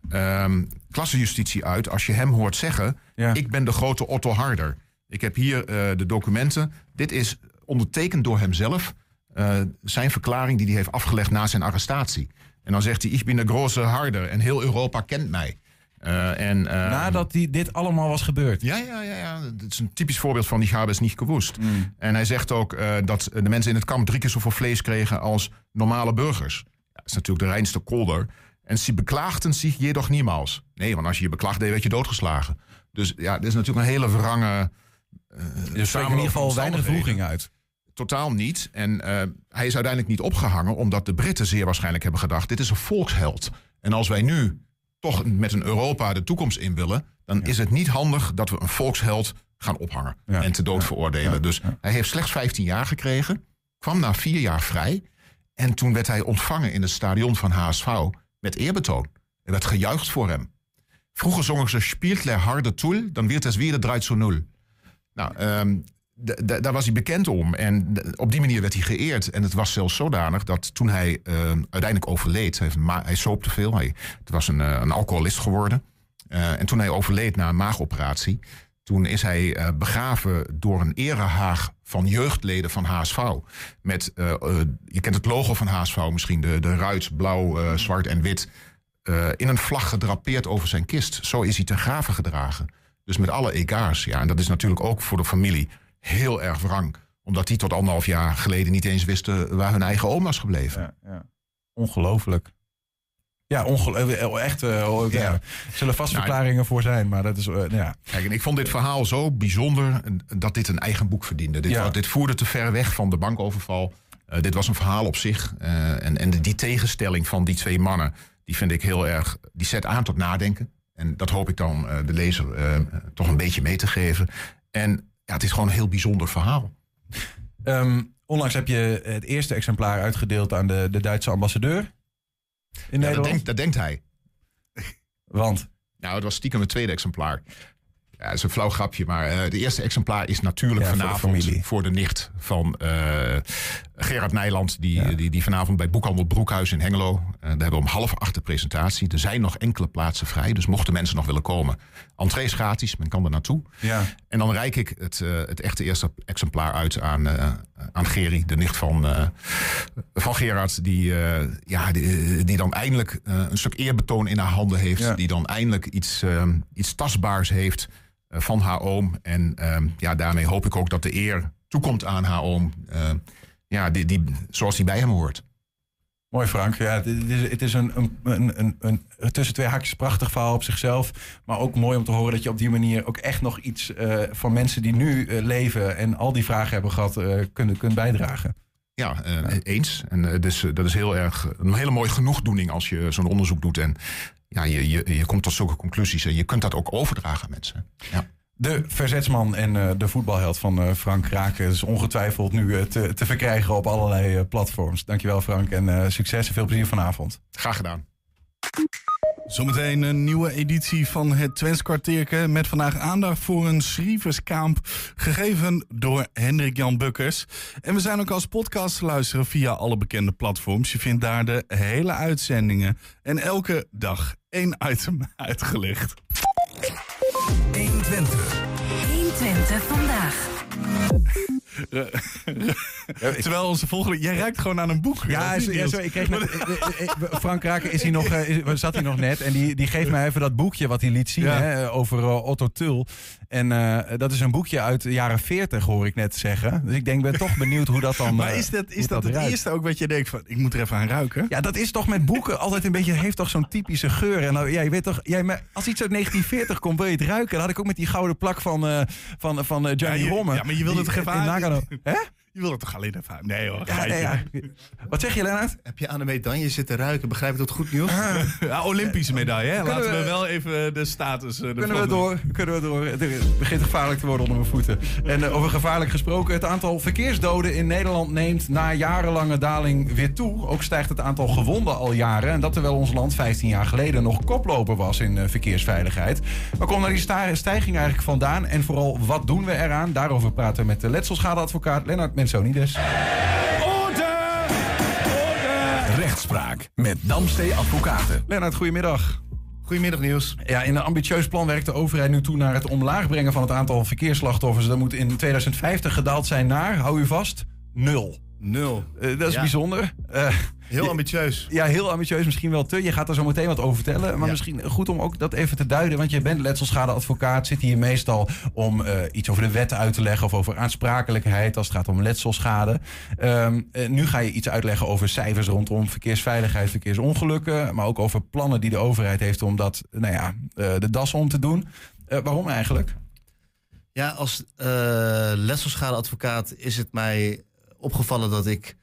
um, klassenjustitie uit als je hem hoort zeggen, ja. ik ben de grote Otto Harder. Ik heb hier uh, de documenten. Dit is ondertekend door hemzelf. Uh, zijn verklaring die hij heeft afgelegd na zijn arrestatie. En dan zegt hij, ik ben de grote Harder en heel Europa kent mij. Uh, en, uh, Nadat die, dit allemaal was gebeurd? Ja, ja, ja, ja. Het is een typisch voorbeeld van die habe is niet gewoest. Mm. En hij zegt ook uh, dat de mensen in het kamp drie keer zoveel vlees kregen als normale burgers. Ja, dat is natuurlijk de reinste kolder. En ze beklaagden zich jedoch niemals. Nee, want als je je beklaagde, werd je doodgeslagen. Dus ja, dit is natuurlijk een hele wrange... Uh, er spreekt in ieder geval weinig vroeging uit. Totaal niet. En uh, hij is uiteindelijk niet opgehangen, omdat de Britten zeer waarschijnlijk hebben gedacht, dit is een volksheld. En als wij nu toch met een Europa de toekomst in willen, dan ja. is het niet handig dat we een volksheld gaan ophangen ja. en te dood ja. veroordelen. Ja. Dus ja. hij heeft slechts vijftien jaar gekregen, kwam na vier jaar vrij. En toen werd hij ontvangen in het stadion van H S V met eerbetoon. Er werd gejuicht voor hem. Vroeger zongen ze, spielt le harde toel, dan wird es weer draait zo nul. Nou, um, D- d- daar was hij bekend om. En d- op die manier werd hij geëerd. En het was zelfs zodanig dat toen hij uh, uiteindelijk overleed, hij, ma- hij soop te veel. Hij het was een, uh, een alcoholist geworden. Uh, en toen hij overleed na een maagoperatie, toen is hij uh, begraven door een erehaag van jeugdleden van H S V. Met, uh, uh, je kent het logo van H S V misschien, de, de ruit, blauw, uh, zwart en wit. Uh, in een vlag gedrapeerd over zijn kist. Zo is hij ten grave gedragen. Dus met alle egaars. Ja, en dat is natuurlijk ook voor de familie heel erg wrang. Omdat die tot anderhalf jaar geleden niet eens wisten waar hun eigen oom was gebleven. Ja, ja. Ongelooflijk. Ja, ongelooflijk. Echt. Uh, ja. Ja. Er zullen vast nou, verklaringen voor zijn, maar dat is. Uh, ja. Kijk, en ik vond dit verhaal zo bijzonder dat dit een eigen boek verdiende. Dit, ja. dit voerde te ver weg van de bankoverval. Uh, dit was een verhaal op zich. Uh, en, en die tegenstelling van die twee mannen, die vind ik heel erg. Die zet aan tot nadenken. En dat hoop ik dan uh, de lezer uh, toch een beetje mee te geven. En ja, het is gewoon een heel bijzonder verhaal. Um, onlangs heb je het eerste exemplaar uitgedeeld aan de, de Duitse ambassadeur in ja, Nederland. Dat denkt, dat denkt hij. Want? Nou, het was stiekem het tweede exemplaar. Ja, dat is een flauw grapje, maar uh, de eerste exemplaar is natuurlijk ja, vanavond voor de, voor de nicht van uh, Gerard Nijland. Die, ja. die, die vanavond bij Boekhandel Broekhuis in Hengelo. Uh, daar hebben we om half acht de presentatie. Er zijn nog enkele plaatsen vrij, dus mochten mensen nog willen komen. Entree is gratis, men kan er naartoe. Ja. En dan reik ik het, uh, het echte eerste exemplaar uit aan, uh, aan Geri, de nicht van, uh, van Gerard. Die, uh, ja, die, die dan eindelijk uh, een stuk eerbetoon in haar handen heeft. Ja. Die dan eindelijk iets, uh, iets tastbaars heeft van haar oom. En um, ja, daarmee hoop ik ook dat de eer toekomt aan haar oom. Uh, ja, die, die, zoals die bij hem hoort. Mooi, Frank. Ja, het is, het is een, een, een, een, een tussen twee haakjes prachtig verhaal op zichzelf. Maar ook mooi om te horen dat je op die manier ook echt nog iets uh, van mensen die nu uh, leven en al die vragen hebben gehad, uh, kunt, kunt bijdragen. Ja, uh, ja, eens. En uh, dus, uh, dat is heel erg een hele mooie genoegdoening als je zo'n onderzoek doet. En ja, je, je, je komt tot zulke conclusies en je kunt dat ook overdragen aan mensen. Ja. De verzetsman en uh, de voetbalheld van uh, Frank Kraken is ongetwijfeld nu uh, te, te verkrijgen op allerlei uh, platforms. Dankjewel, Frank, en uh, succes en veel plezier vanavond. Graag gedaan. Zometeen een nieuwe editie van het Twents kwartierke met vandaag aandacht voor een schrijverskamp gegeven door Hendrik Jan Bukkers. En we zijn ook als podcast te luisteren via alle bekende platforms. Je vindt daar de hele uitzendingen en elke dag één item uitgelicht. honderdtwintig. honderdtwintig vandaag. Terwijl onze volgende... Jij ruikt gewoon aan een boek. Ja, is, ja sorry, ik kreeg net, Frank Kraken is hier nog, uh, zat hier nog net. En die, die geeft mij even dat boekje wat hij liet zien, ja. hè, over uh, Otto Tull. En uh, dat is een boekje uit de jaren veertig, hoor ik net zeggen. Dus ik denk, ben toch benieuwd hoe dat dan uh, Maar is dat, is dat, dat het eerste ook wat je denkt van... ik moet er even aan ruiken? Ja, dat is toch met boeken altijd een beetje... heeft toch zo'n typische geur. En nou, ja, je weet toch, jij, als iets uit negentien veertig komt, wil je het ruiken. Dat had ik ook met die gouden plak van, uh, van, van uh, Gianni ja, je, Romme. Ja, maar je wilde het toch even aan... Hè? Je wil het toch alleen even... Nee hoor, Ja, nee, ja. Wat zeg je, Lennart? Heb je aan de medaille zitten ruiken? Begrijp ik dat goed nieuws? Ja, Olympische medaille, hè? Laten we, we wel even de status... Uh, kunnen we door? Kunnen we door? Het begint gevaarlijk te worden onder mijn voeten. En uh, over gevaarlijk gesproken, het aantal verkeersdoden in Nederland neemt na jarenlange daling weer toe. Ook stijgt het aantal gewonden al jaren. En dat terwijl ons land vijftien jaar geleden nog koploper was in uh, verkeersveiligheid. Waar komt nou die sta- stijging eigenlijk vandaan? En vooral, wat doen we eraan? Daarover praten we met de letselschadeadvocaat Lennart Mensonides. Rechtspraak met Damstee Advocaten. Lennart, goedemiddag. Goedemiddag, Niels. Ja, in een ambitieus plan werkt de overheid nu toe naar het omlaag brengen van het aantal verkeersslachtoffers. Dat moet in tweeduizend vijftig gedaald zijn naar, hou u vast, nul. Nul. Uh, dat is Ja. bijzonder. Uh, Heel ambitieus. Ja, heel ambitieus, misschien wel te. Je gaat er zo meteen wat over vertellen. Maar Ja. misschien goed om ook dat even te duiden. Want je bent letselschadeadvocaat. Zit hier meestal om uh, iets over de wet uit te leggen. Of over aansprakelijkheid als het gaat om letselschade. Um, uh, nu ga je iets uitleggen over cijfers rondom verkeersveiligheid, verkeersongelukken. Maar ook over plannen die de overheid heeft om dat, nou ja, uh, de das om te doen. Uh, waarom eigenlijk? Ja, als uh, letselschadeadvocaat is het mij opgevallen dat ik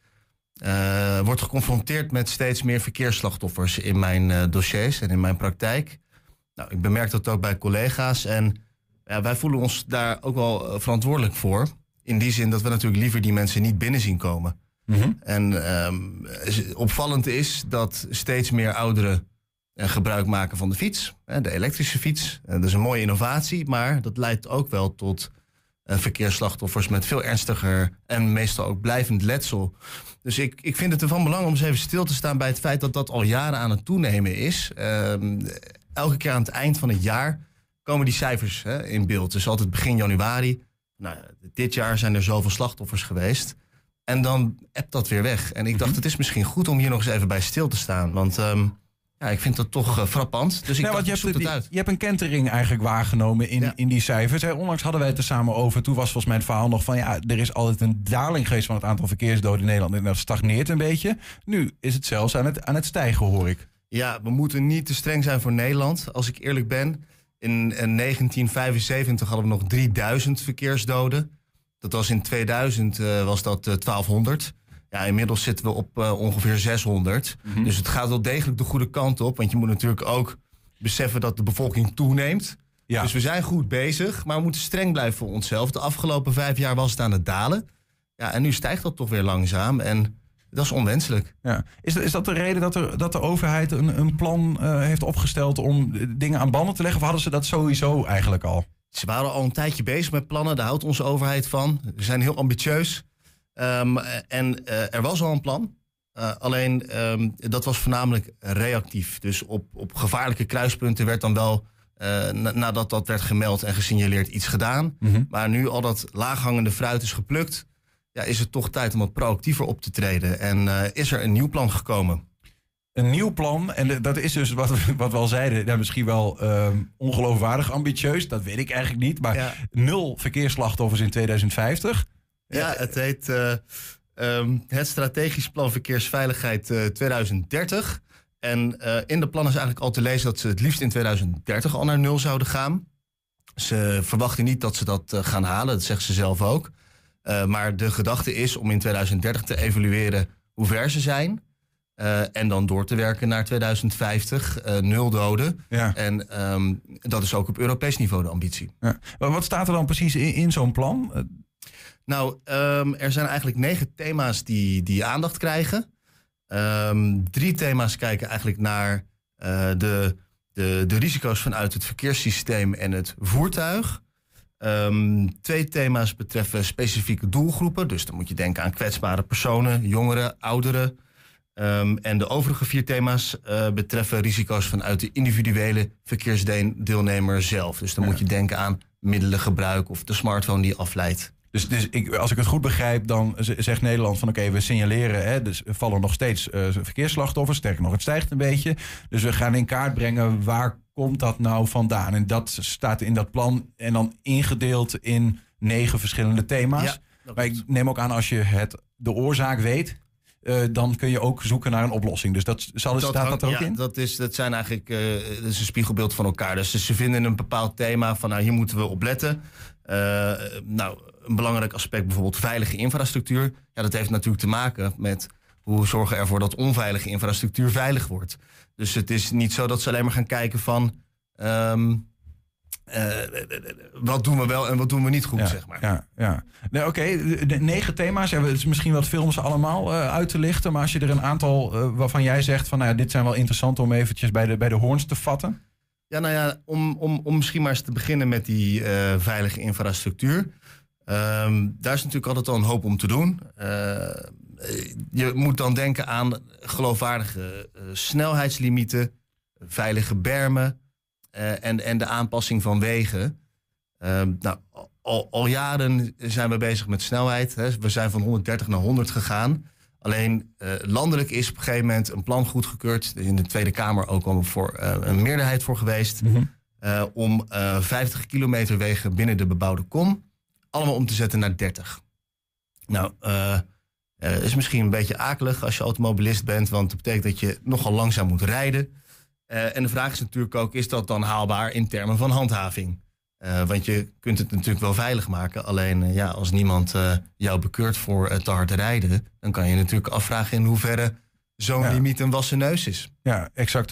uh, word geconfronteerd met steeds meer verkeersslachtoffers in mijn uh, dossiers en in mijn praktijk. Nou, ik bemerk dat ook bij collega's en ja, wij voelen ons daar ook wel uh, verantwoordelijk voor. In die zin dat we natuurlijk liever die mensen niet binnen zien komen. Mm-hmm. En um, opvallend is dat steeds meer ouderen uh, gebruik maken van de fiets, hè, de elektrische fiets. Uh, dat is een mooie innovatie, maar dat leidt ook wel tot uh, verkeersslachtoffers met veel ernstiger en meestal ook blijvend letsel. Dus ik, ik vind het ervan belang om eens even stil te staan bij het feit dat dat al jaren aan het toenemen is. Um, elke keer aan het eind van het jaar komen die cijfers hè, in beeld. Dus altijd begin januari. Nou, dit jaar zijn er zoveel slachtoffers geweest. En dan appt dat weer weg. En ik dacht, het is misschien goed om hier nog eens even bij stil te staan. Want um, ja, ik vind dat toch uh, frappant. Dus ik Ja, dacht, want je, ik zoek hebt, het die- uit. je hebt een kentering eigenlijk waargenomen in, Ja. in die cijfers. Hè, onlangs hadden wij het er samen over. Toen was volgens mij het verhaal nog van... ja, er is altijd een daling geweest van het aantal verkeersdoden in Nederland. En dat stagneert een beetje. Nu is het zelfs aan het, aan het stijgen, hoor ik. Ja, we moeten niet te streng zijn voor Nederland, als ik eerlijk ben. In, in negentien vijfenzeventig hadden we nog drieduizend verkeersdoden. Dat was in tweeduizend uh, was dat uh, twaalfhonderd. Ja, inmiddels zitten we op uh, ongeveer zeshonderd. Mm-hmm. Dus het gaat wel degelijk de goede kant op. Want je moet natuurlijk ook beseffen dat de bevolking toeneemt. Ja. Dus we zijn goed bezig, maar we moeten streng blijven voor onszelf. De afgelopen vijf jaar was het aan het dalen. Ja, en nu stijgt dat toch weer langzaam. En dat is onwenselijk. Ja. Is, is dat de reden dat, er, dat de overheid een, een plan uh, heeft opgesteld... om dingen aan banden te leggen? Of hadden ze dat sowieso eigenlijk al? Ze waren al een tijdje bezig met plannen, daar houdt onze overheid van. We zijn heel ambitieus. Um, en uh, er was al een plan. Uh, alleen, um, dat was voornamelijk reactief. Dus op, op gevaarlijke kruispunten werd dan wel, uh, na, nadat dat werd gemeld en gesignaleerd, iets gedaan. Mm-hmm. Maar nu al dat laaghangende fruit is geplukt, ja, is het toch tijd om wat proactiever op te treden. En uh, is er een nieuw plan gekomen. Een nieuw plan, en dat is dus wat we, wat we al zeiden... Ja, misschien wel um, ongeloofwaardig ambitieus, dat weet ik eigenlijk niet. Maar Ja. nul verkeersslachtoffers in tweeduizend vijftig. Ja, het heet uh, um, het Strategisch Plan Verkeersveiligheid uh, tweeduizend dertig. En uh, in de plan is eigenlijk al te lezen dat ze het liefst in tweeduizend dertig al naar nul zouden gaan. Ze verwachten niet dat ze dat uh, gaan halen, dat zeggen ze zelf ook. Uh, maar de gedachte is om in tweeduizend dertig te evalueren hoe ver ze zijn. Uh, en dan door te werken naar tweeduizend vijftig, uh, nul doden. Ja. En um, dat is ook op Europees niveau de ambitie. Ja. Maar wat staat er dan precies in, in zo'n plan? Uh, Nou, um, er zijn eigenlijk negen thema's die, die aandacht krijgen. Um, drie thema's kijken eigenlijk naar uh, de, de, de risico's vanuit het verkeerssysteem en het voertuig. Um, twee thema's betreffen specifieke doelgroepen. Dus dan moet je denken aan kwetsbare personen, jongeren, ouderen. Um, en de overige vier thema's uh, betreffen risico's vanuit de individuele verkeersdeelnemer zelf. Dus dan Ja. moet je denken aan middelengebruik of de smartphone die afleidt. Dus, dus ik, als ik het goed begrijp, dan z- zegt Nederland van... oké, okay, we signaleren, hè, dus er vallen nog steeds uh, verkeersslachtoffers. Sterker nog, het stijgt een beetje. Dus we gaan in kaart brengen, waar komt dat nou vandaan? En dat staat in dat plan en dan ingedeeld in negen verschillende thema's. Ja, dat Maar klopt. ik neem ook aan, als je het, de oorzaak weet... Uh, dan kun je ook zoeken naar een oplossing. Dus dat, zal, dat staat dat er ook ja, in? Dat, is, dat zijn eigenlijk uh, dat is een spiegelbeeld van elkaar. Dus ze vinden een bepaald thema van nou, hier moeten we op letten. Uh, nou, een belangrijk aspect bijvoorbeeld veilige infrastructuur. Ja, dat heeft natuurlijk te maken met hoe zorgen we ervoor dat onveilige infrastructuur veilig wordt. Dus het is niet zo dat ze alleen maar gaan kijken van Um, uh, wat doen we wel en wat doen we niet goed, ja, zeg maar. Ja, ja. Nee, Oké, okay. de negen thema's. Het is misschien wat films allemaal uh, uit te lichten. Maar als je er een aantal uh, waarvan jij zegt van, nou ja, dit zijn wel interessant om eventjes bij de, bij de hoorns te vatten. Ja, nou ja, om, om, om misschien maar eens te beginnen met die uh, veilige infrastructuur. Um, daar is natuurlijk altijd al een hoop om te doen. Uh, je moet dan denken aan geloofwaardige uh, snelheidslimieten, veilige bermen. Uh, en, en de aanpassing van wegen. Uh, nou, al, al jaren zijn we bezig met snelheid. Hè. We zijn van honderddertig naar honderd gegaan. Alleen uh, landelijk is op een gegeven moment een plan goedgekeurd. Er is in de Tweede Kamer ook al voor, uh, een meerderheid voor geweest. Mm-hmm. Uh, om uh, vijftig kilometer wegen binnen de bebouwde kom allemaal om te zetten naar dertig. Nou, uh, uh, is misschien een beetje akelig als je automobilist bent. Want dat betekent dat je nogal langzaam moet rijden. Uh, en de vraag is natuurlijk ook, is dat dan haalbaar in termen van handhaving? Uh, want je kunt het natuurlijk wel veilig maken. Alleen uh, ja, als niemand uh, jou bekeurt voor uh, te hard rijden, dan kan je natuurlijk afvragen in hoeverre zo'n ja. limiet een wassen neus is. Ja, exact.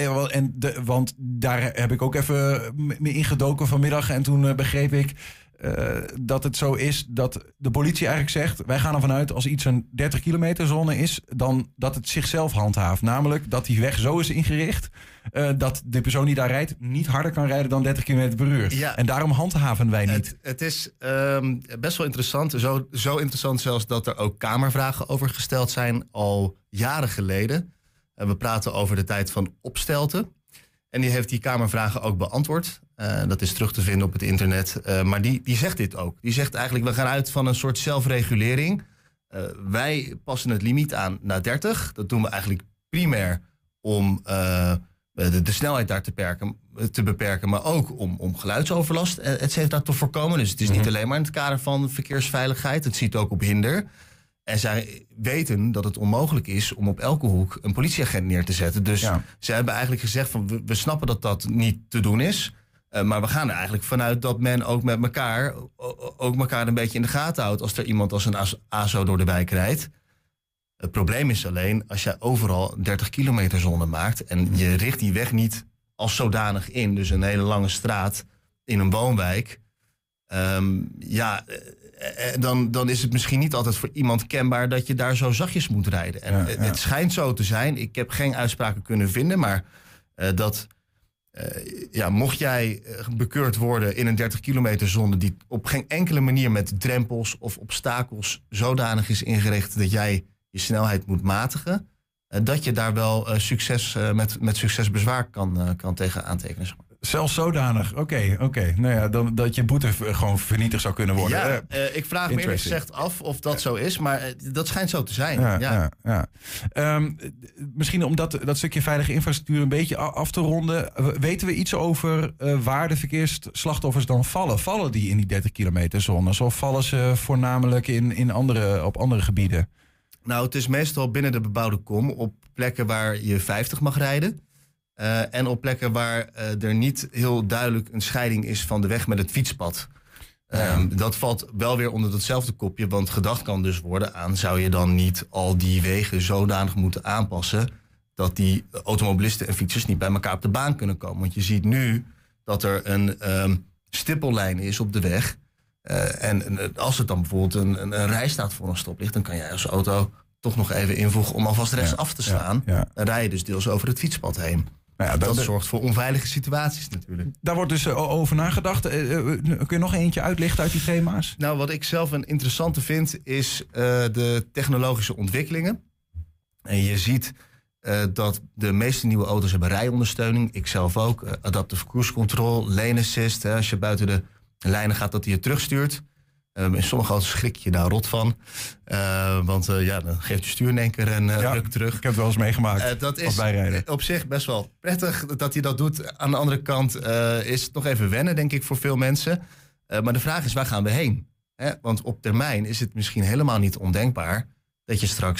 En de, want daar heb ik ook even mee ingedoken vanmiddag. En toen uh, begreep ik uh, dat het zo is dat de politie eigenlijk zegt, wij gaan ervan uit als iets een dertig kilometer zone is, dan dat het zichzelf handhaaft. Namelijk dat die weg zo is ingericht uh, dat de persoon die daar rijdt niet harder kan rijden dan dertig kilometer per uur. Ja, en daarom handhaven wij niet. Het, het is um, best wel interessant. Zo, zo interessant zelfs dat er ook kamervragen over gesteld zijn al jaren geleden. Uh, we praten over de tijd van Opstelten. En die heeft die kamervragen ook beantwoord. Uh, dat is terug te vinden op het internet. Uh, maar die, die zegt dit ook. Die zegt eigenlijk, we gaan uit van een soort zelfregulering. Uh, wij passen het limiet aan naar dertig. Dat doen we eigenlijk primair om uh, de, de snelheid daar te beperken, te beperken. Maar ook om, om geluidsoverlast, et cetera, te voorkomen. Dus het is niet alleen maar in het kader van verkeersveiligheid. Het ziet ook op hinder. En zij weten dat het onmogelijk is om op elke hoek een politieagent neer te zetten. Dus ja. zij hebben eigenlijk gezegd van we, we snappen dat dat niet te doen is. Uh, maar we gaan er eigenlijk vanuit dat men ook met elkaar, ook elkaar een beetje in de gaten houdt als er iemand als een A S O door de wijk rijdt. Het probleem is alleen als je overal dertig kilometer zone maakt en je richt die weg niet als zodanig in. Dus een hele lange straat in een woonwijk. Um, ja... Dan, dan is het misschien niet altijd voor iemand kenbaar dat je daar zo zachtjes moet rijden. En ja, ja. Het schijnt zo te zijn. Ik heb geen uitspraken kunnen vinden, maar uh, dat uh, ja, mocht jij bekeurd worden in een dertig kilometer zone die op geen enkele manier met drempels of obstakels zodanig is ingericht dat jij je snelheid moet matigen, uh, dat je daar wel uh, succes uh, met, met succes bezwaar kan, uh, kan tegen aantekenen. Zelfs zodanig. Oké, okay, oké. Okay. Nou ja, dan, dat je boete gewoon vernietigd zou kunnen worden. Ja, uh, ik vraag me eerlijk gezegd af of dat zo is, maar uh, dat schijnt zo te zijn. Ja, ja. ja, ja. Um, misschien om dat, dat stukje veilige infrastructuur een beetje af te ronden. Weten we iets over uh, waar de verkeersslachtoffers dan vallen? Vallen die in die dertig kilometer zones of vallen ze voornamelijk in, in andere, op andere gebieden? Nou, het is meestal binnen de bebouwde kom op plekken waar je vijftig mag rijden. Uh, en op plekken waar uh, er niet heel duidelijk een scheiding is van de weg met het fietspad. Ja. Um, dat valt wel weer onder datzelfde kopje, want gedacht kan dus worden aan, zou je dan niet al die wegen zodanig moeten aanpassen dat die automobilisten en fietsers niet bij elkaar op de baan kunnen komen. Want je ziet nu dat er een um, stippellijn is op de weg. Uh, en, en als het dan bijvoorbeeld een, een, een rij staat voor een stoplicht, dan kan jij als auto toch nog even invoegen om alvast rechtsaf ja, te staan. Ja, ja. Dan rij je dus deels over het fietspad heen. Nou ja, dat, dat zorgt voor onveilige situaties natuurlijk. Daar wordt dus uh, over nagedacht. Uh, uh, kun je nog eentje uitlichten uit die thema's? Nou, wat ik zelf een interessante vind is uh, de technologische ontwikkelingen. En je ziet uh, dat de meeste nieuwe auto's hebben rijondersteuning. Ik zelf ook. Uh, adaptive cruise control, lane assist. Hè, als je buiten de lijnen gaat, dat hij je terugstuurt. Um, in sommige auto's schrik je daar rot van. Uh, want uh, ja, dan geeft je stuur in één keer een uh, ja, ruk terug. Ik heb het wel eens meegemaakt. Uh, dat is bijrijden. Op zich best wel prettig dat hij dat doet. Aan de andere kant uh, is het nog even wennen, denk ik, voor veel mensen. Uh, maar de vraag is, waar gaan we heen? Hè? Want op termijn is het misschien helemaal niet ondenkbaar dat je straks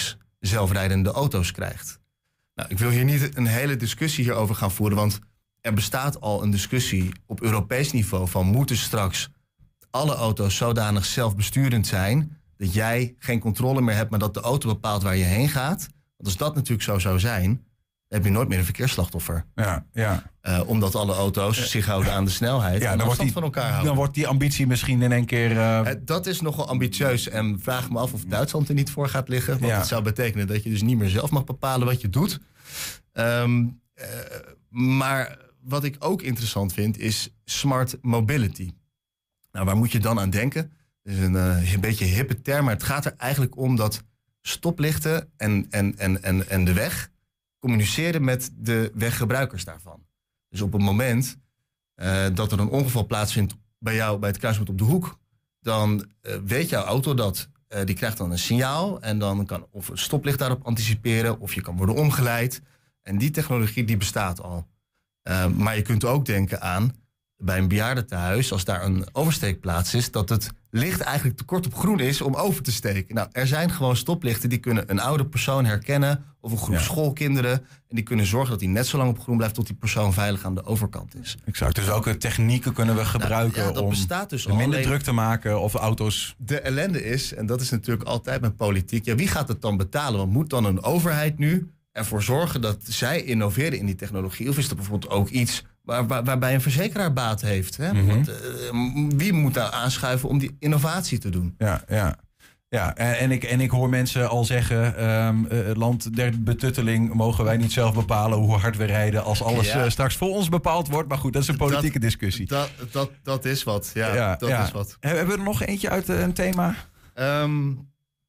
zelfrijdende auto's krijgt. Nou, ik wil hier niet een hele discussie hierover gaan voeren, want er bestaat al een discussie op Europees niveau van moeten straks alle auto's zodanig zelfbesturend zijn dat jij geen controle meer hebt, maar dat de auto bepaalt waar je heen gaat. Want als dat natuurlijk zo zou zijn, dan heb je nooit meer een verkeersslachtoffer. Ja, ja. Uh, omdat alle auto's uh, zich houden aan de snelheid ja, en dan afstand wordt die, van elkaar houden. Dan wordt die ambitie misschien in één keer... Uh... Uh, dat is nogal ambitieus en vraag me af of Duitsland er niet voor gaat liggen. Want ja. het zou betekenen dat je dus niet meer zelf mag bepalen wat je doet. Um, uh, maar wat ik ook interessant vind is smart mobility. Nou, waar moet je dan aan denken? Dat is een, uh, een beetje een hippe term, maar het gaat er eigenlijk om dat stoplichten en, en, en, en, en de weg communiceren met de weggebruikers daarvan. Dus op het moment uh, dat er een ongeval plaatsvindt bij jou bij het kruispunt op de hoek, dan uh, weet jouw auto dat. Uh, die krijgt dan een signaal en dan kan of het stoplicht daarop anticiperen of je kan worden omgeleid. En die technologie die bestaat al. Uh, maar je kunt ook denken aan bij een bejaardentehuis, als daar een oversteekplaats is, dat het licht eigenlijk te kort op groen is om over te steken. Nou, er zijn gewoon stoplichten die kunnen een oude persoon herkennen of een groep ja. schoolkinderen. En die kunnen zorgen dat die net zo lang op groen blijft tot die persoon veilig aan de overkant is. Exact, dus welke technieken kunnen we gebruiken nou, ja, dat om bestaat dus minder alleen druk te maken of auto's... De ellende is, en dat is natuurlijk altijd met politiek, ja, wie gaat het dan betalen? Want moet dan een overheid nu ervoor zorgen dat zij innoveren in die technologie? Of is er bijvoorbeeld ook iets Waar, waar, waarbij een verzekeraar baat heeft? Hè? Mm-hmm. Want, uh, wie moet daar aanschuiven om die innovatie te doen? Ja, ja. Ja, en ik, en ik hoor mensen al zeggen, um, uh, land der betutteling mogen wij niet zelf bepalen hoe hard we rijden als alles ja. uh, straks voor ons bepaald wordt. Maar goed, dat is een politieke dat, discussie. Dat, dat, dat is wat, ja. ja, dat ja. is wat. Hebben we er nog eentje uit uh, een thema? Um,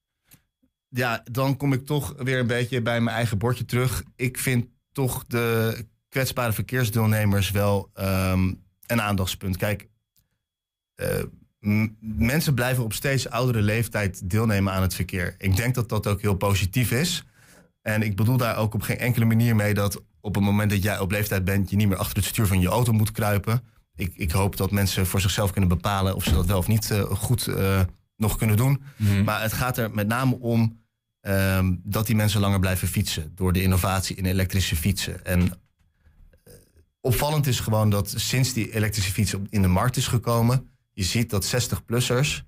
ja, dan kom ik toch weer een beetje bij mijn eigen bordje terug. Ik vind toch de kwetsbare verkeersdeelnemers wel um, een aandachtspunt. Kijk, uh, m- mensen blijven op steeds oudere leeftijd deelnemen aan het verkeer. Ik denk dat dat ook heel positief is. En ik bedoel daar ook op geen enkele manier mee dat op het moment dat jij op leeftijd bent, je niet meer achter het stuur van je auto moet kruipen. Ik, ik hoop dat mensen voor zichzelf kunnen bepalen of ze dat wel of niet uh, goed uh, nog kunnen doen. Mm-hmm. Maar het gaat er met name om um, dat die mensen langer blijven fietsen door de innovatie in elektrische fietsen. En opvallend is gewoon dat sinds die elektrische fiets in de markt is gekomen, je ziet dat zestig-plussers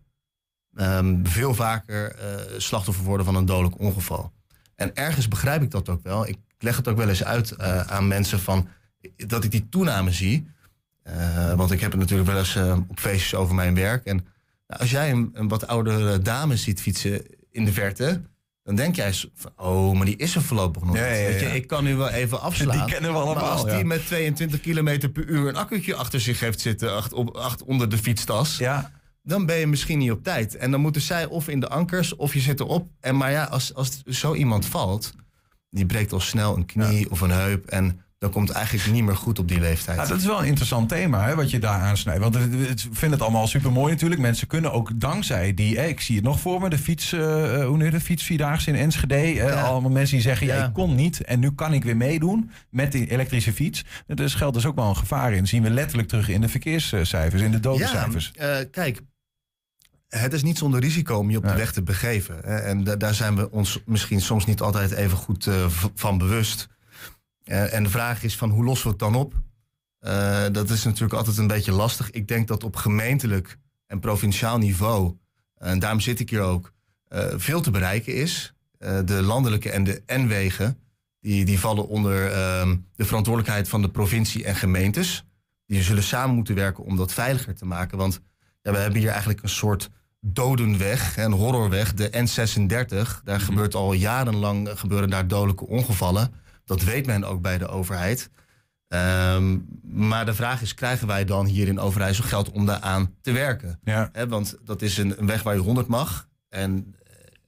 um, veel vaker uh, slachtoffer worden van een dodelijk ongeval. En ergens begrijp ik dat ook wel. Ik leg het ook wel eens uit uh, aan mensen van dat ik die toename zie. Uh, want ik heb het natuurlijk wel eens uh, op feestjes over mijn werk. En nou, als jij een, een wat oudere dame ziet fietsen in de verte, dan denk jij van, oh, maar die is er voorlopig nog. Ja, ja, ja. Weet je, ik kan nu wel even afslaan. Die kennen we allemaal. Maar als die ja. met tweeëntwintig kilometer per uur een accu'tje achter zich heeft zitten, achter, op, achter, onder de fietstas, Ja. dan ben je misschien niet op tijd. En dan moeten zij of in de ankers of je zit erop. En maar ja, als, als zo iemand valt, die breekt al snel een knie ja. of een heup en dan komt het eigenlijk niet meer goed op die leeftijd. Nou, dat is wel een interessant thema, hè, wat je daar aansnijdt. Want ik vind het allemaal super mooi natuurlijk. Mensen kunnen ook dankzij die, eh, ik zie het nog voor me, de fiets, uh, hoe nu de fietsvierdaagse in Enschede. Eh, ja. Allemaal mensen die zeggen, ja. ja, ik kon niet en nu kan ik weer meedoen met die elektrische fiets. Er schuilt dus ook wel een gevaar in. Dat zien we letterlijk terug in de verkeerscijfers, in de dodencijfers. Ja, uh, kijk, het is niet zonder risico om je op de ja. weg te begeven. Hè, en da- daar zijn we ons misschien soms niet altijd even goed uh, v- van bewust. Uh, en de vraag is van hoe lossen we het dan op? Uh, dat is natuurlijk altijd een beetje lastig. Ik denk dat op gemeentelijk en provinciaal niveau, en daarom zit ik hier ook, uh, veel te bereiken is. Uh, de landelijke en de N-wegen, die, die vallen onder uh, de verantwoordelijkheid van de provincie en gemeentes. Die zullen samen moeten werken om dat veiliger te maken. Want ja, we hebben hier eigenlijk een soort dodenweg, een horrorweg, de N zesendertig. Daar mm-hmm. gebeurt al jarenlang gebeuren daar dodelijke ongevallen. Dat weet men ook bij de overheid. Um, maar de vraag is, krijgen wij dan hier in Overijssel geld om daaraan te werken? Ja. He, want dat is een, een weg waar je honderd mag. En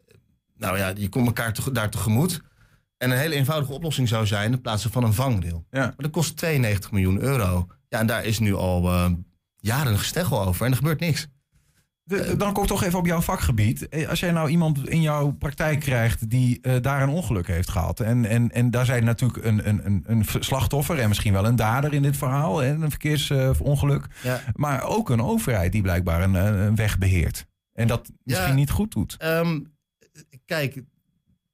nou ja, je komt elkaar te, daar tegemoet. En een hele eenvoudige oplossing zou zijn in plaats van een vangrail. Ja. Maar dat kost tweeënnegentig miljoen euro. Ja, en daar is nu al uh, jaren een gesteggel over en er gebeurt niks. De, dan kom ik toch even op jouw vakgebied. Als jij nou iemand in jouw praktijk krijgt die uh, daar een ongeluk heeft gehad. En, en, en daar zijn natuurlijk een, een, een slachtoffer en misschien wel een dader in dit verhaal. Hè, een verkeersongeluk. Uh, ja. Maar ook een overheid die blijkbaar een, een weg beheert. En dat misschien ja, niet goed doet. Um, kijk,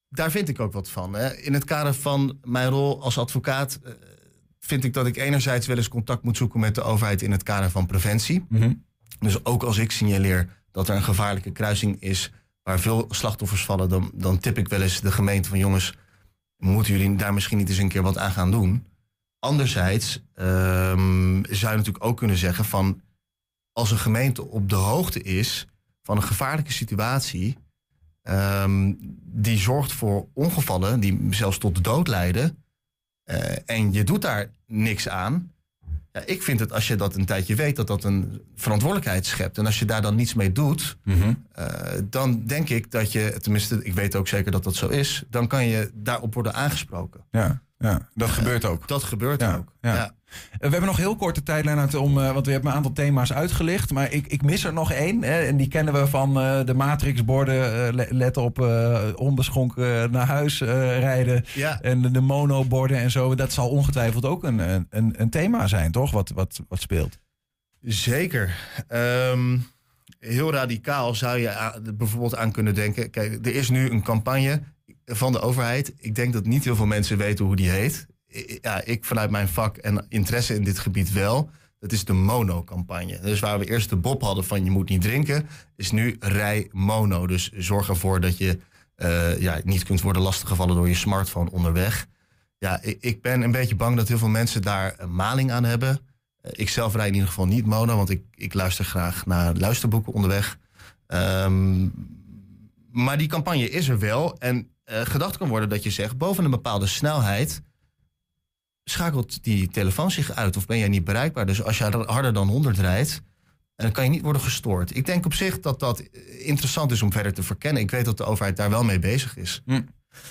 daar vind ik ook wat van. Hè. In het kader van mijn rol als advocaat uh, vind ik dat ik enerzijds wel eens contact moet zoeken met de overheid in het kader van preventie. Mm-hmm. Dus ook als ik signaleer dat er een gevaarlijke kruising is waar veel slachtoffers vallen, dan, dan tip ik wel eens de gemeente van jongens, moeten jullie daar misschien niet eens een keer wat aan gaan doen? Anderzijds um, zou je natuurlijk ook kunnen zeggen van als een gemeente op de hoogte is van een gevaarlijke situatie, um, die zorgt voor ongevallen die zelfs tot de dood leiden, uh, en je doet daar niks aan. Ja, ik vind het, als je dat een tijdje weet, dat dat een verantwoordelijkheid schept. En als je daar dan niets mee doet, Mm-hmm. uh, dan denk ik dat je, tenminste, ik weet ook zeker dat dat zo is, dan kan je daarop worden aangesproken. Ja, ja, dat uh, gebeurt ook. Dat gebeurt ja, ook. Ja. Ja. We hebben nog heel korte tijdlijn uit om, uh, want we hebben een aantal thema's uitgelicht. Maar ik, ik mis er nog één. Hè, en die kennen we van uh, de matrixborden. Uh, let op, uh, onbeschonken naar huis uh, rijden. Ja. En de, de monoborden en zo. Dat zal ongetwijfeld ook een, een, een thema zijn, toch? Wat, wat, wat speelt. Zeker. Um, heel radicaal zou je aan, bijvoorbeeld aan kunnen denken. Kijk, er is nu een campagne van de overheid. Ik denk dat niet heel veel mensen weten hoe die heet. Ja, ik vanuit mijn vak en interesse in dit gebied wel. Dat is de mono-campagne. Dus waar we eerst de Bob hadden van je moet niet drinken, is nu rij mono. Dus zorg ervoor dat je uh, ja, niet kunt worden lastiggevallen door je smartphone onderweg. Ja, ik, ik ben een beetje bang dat heel veel mensen daar een maling aan hebben. Uh, ik zelf rijd in ieder geval niet mono, want ik, ik luister graag naar luisterboeken onderweg. Um, maar die campagne is er wel. En uh, gedacht kan worden dat je zegt, boven een bepaalde snelheid schakelt die telefoon zich uit of ben jij niet bereikbaar. Dus als je harder dan honderd rijdt, dan kan je niet worden gestoord. Ik denk op zich dat dat interessant is om verder te verkennen. Ik weet dat de overheid daar wel mee bezig is. Hm.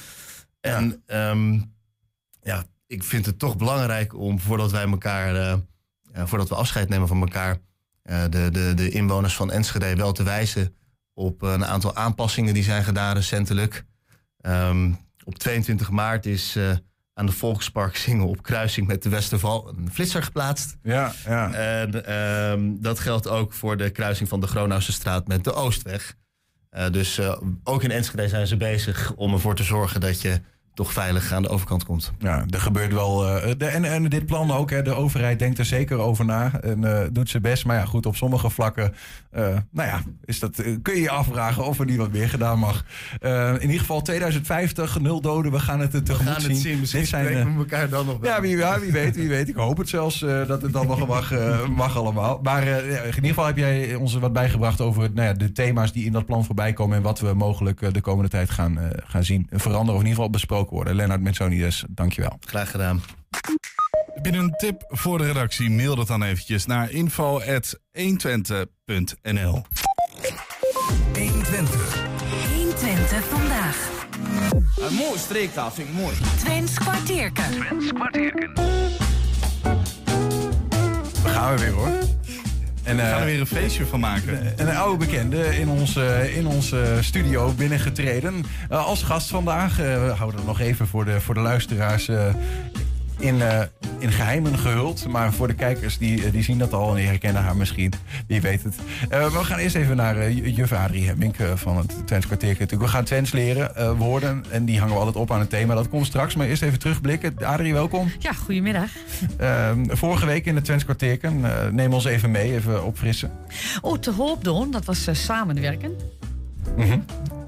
En ja. Um, ja, ik vind het toch belangrijk om voordat wij elkaar, uh, uh, voordat we afscheid nemen van elkaar, uh, de, de, de inwoners van Enschede wel te wijzen op een aantal aanpassingen die zijn gedaan recentelijk. Um, op tweeëntwintig maart is uh, aan de Volksparksingel op kruising met de Westerval een flitser geplaatst. Ja, ja. En um, dat geldt ook voor de kruising van de Gronauwse straat met de Oostweg. Uh, dus uh, ook in Enschede zijn ze bezig om ervoor te zorgen dat je toch veilig aan de overkant komt. Ja, er gebeurt wel. Uh, de, en, en dit plan ook. Hè, de overheid denkt er zeker over na en uh, doet zijn best. Maar ja, goed, op sommige vlakken, uh, nou ja, is dat, uh, kun je je afvragen of er niet wat meer gedaan mag. Uh, in ieder geval tweeduizend vijftig, nul doden. We gaan het uh, tegemoet we gaan zien. Het zien. Misschien dit zijn spreken we elkaar dan nog wel. Ja, wie, ja, wie weet, wie weet. Ik hoop het zelfs uh, dat het dan nog mag, uh, mag allemaal. Maar uh, in ieder geval heb jij ons wat bijgebracht over nou ja, de thema's die in dat plan voorbij komen en wat we mogelijk uh, de komende tijd gaan, uh, gaan zien veranderen of in ieder geval besproken worden. Lennart Metsonides, dankjewel. Graag gedaan. Heb je een tip voor de redactie? Mail dat dan eventjes naar info at honderdtwintig punt n l. honderdtwintig. honderdtwintig vandaag. Een mooie streektaal, vind ik mooi. Twents kwartierken. Twents kwartierken. Daar gaan we weer hoor. En, We uh, gaan er weer een feestje van maken. Een, een oude bekende in onze, in onze studio binnengetreden. Uh, als gast vandaag, uh, we houden het nog even voor de, voor de luisteraars uh, in, uh, in geheimen gehuld. Maar voor de kijkers, die, die zien dat al en die herkennen haar misschien. Wie weet het. Uh, we gaan eerst even naar uh, juf Adrie Hemmink uh, van het Twents kwartiertje. We gaan Twents leren, uh, woorden. En die hangen we altijd op aan het thema. Dat komt straks, maar eerst even terugblikken. Adrie, welkom. Ja, goedemiddag. Uh, vorige week in het Twents kwartiertje. Uh, neem ons even mee, even opfrissen. Oh, te hoop doen, dat was uh, samenwerken. Mm-hmm.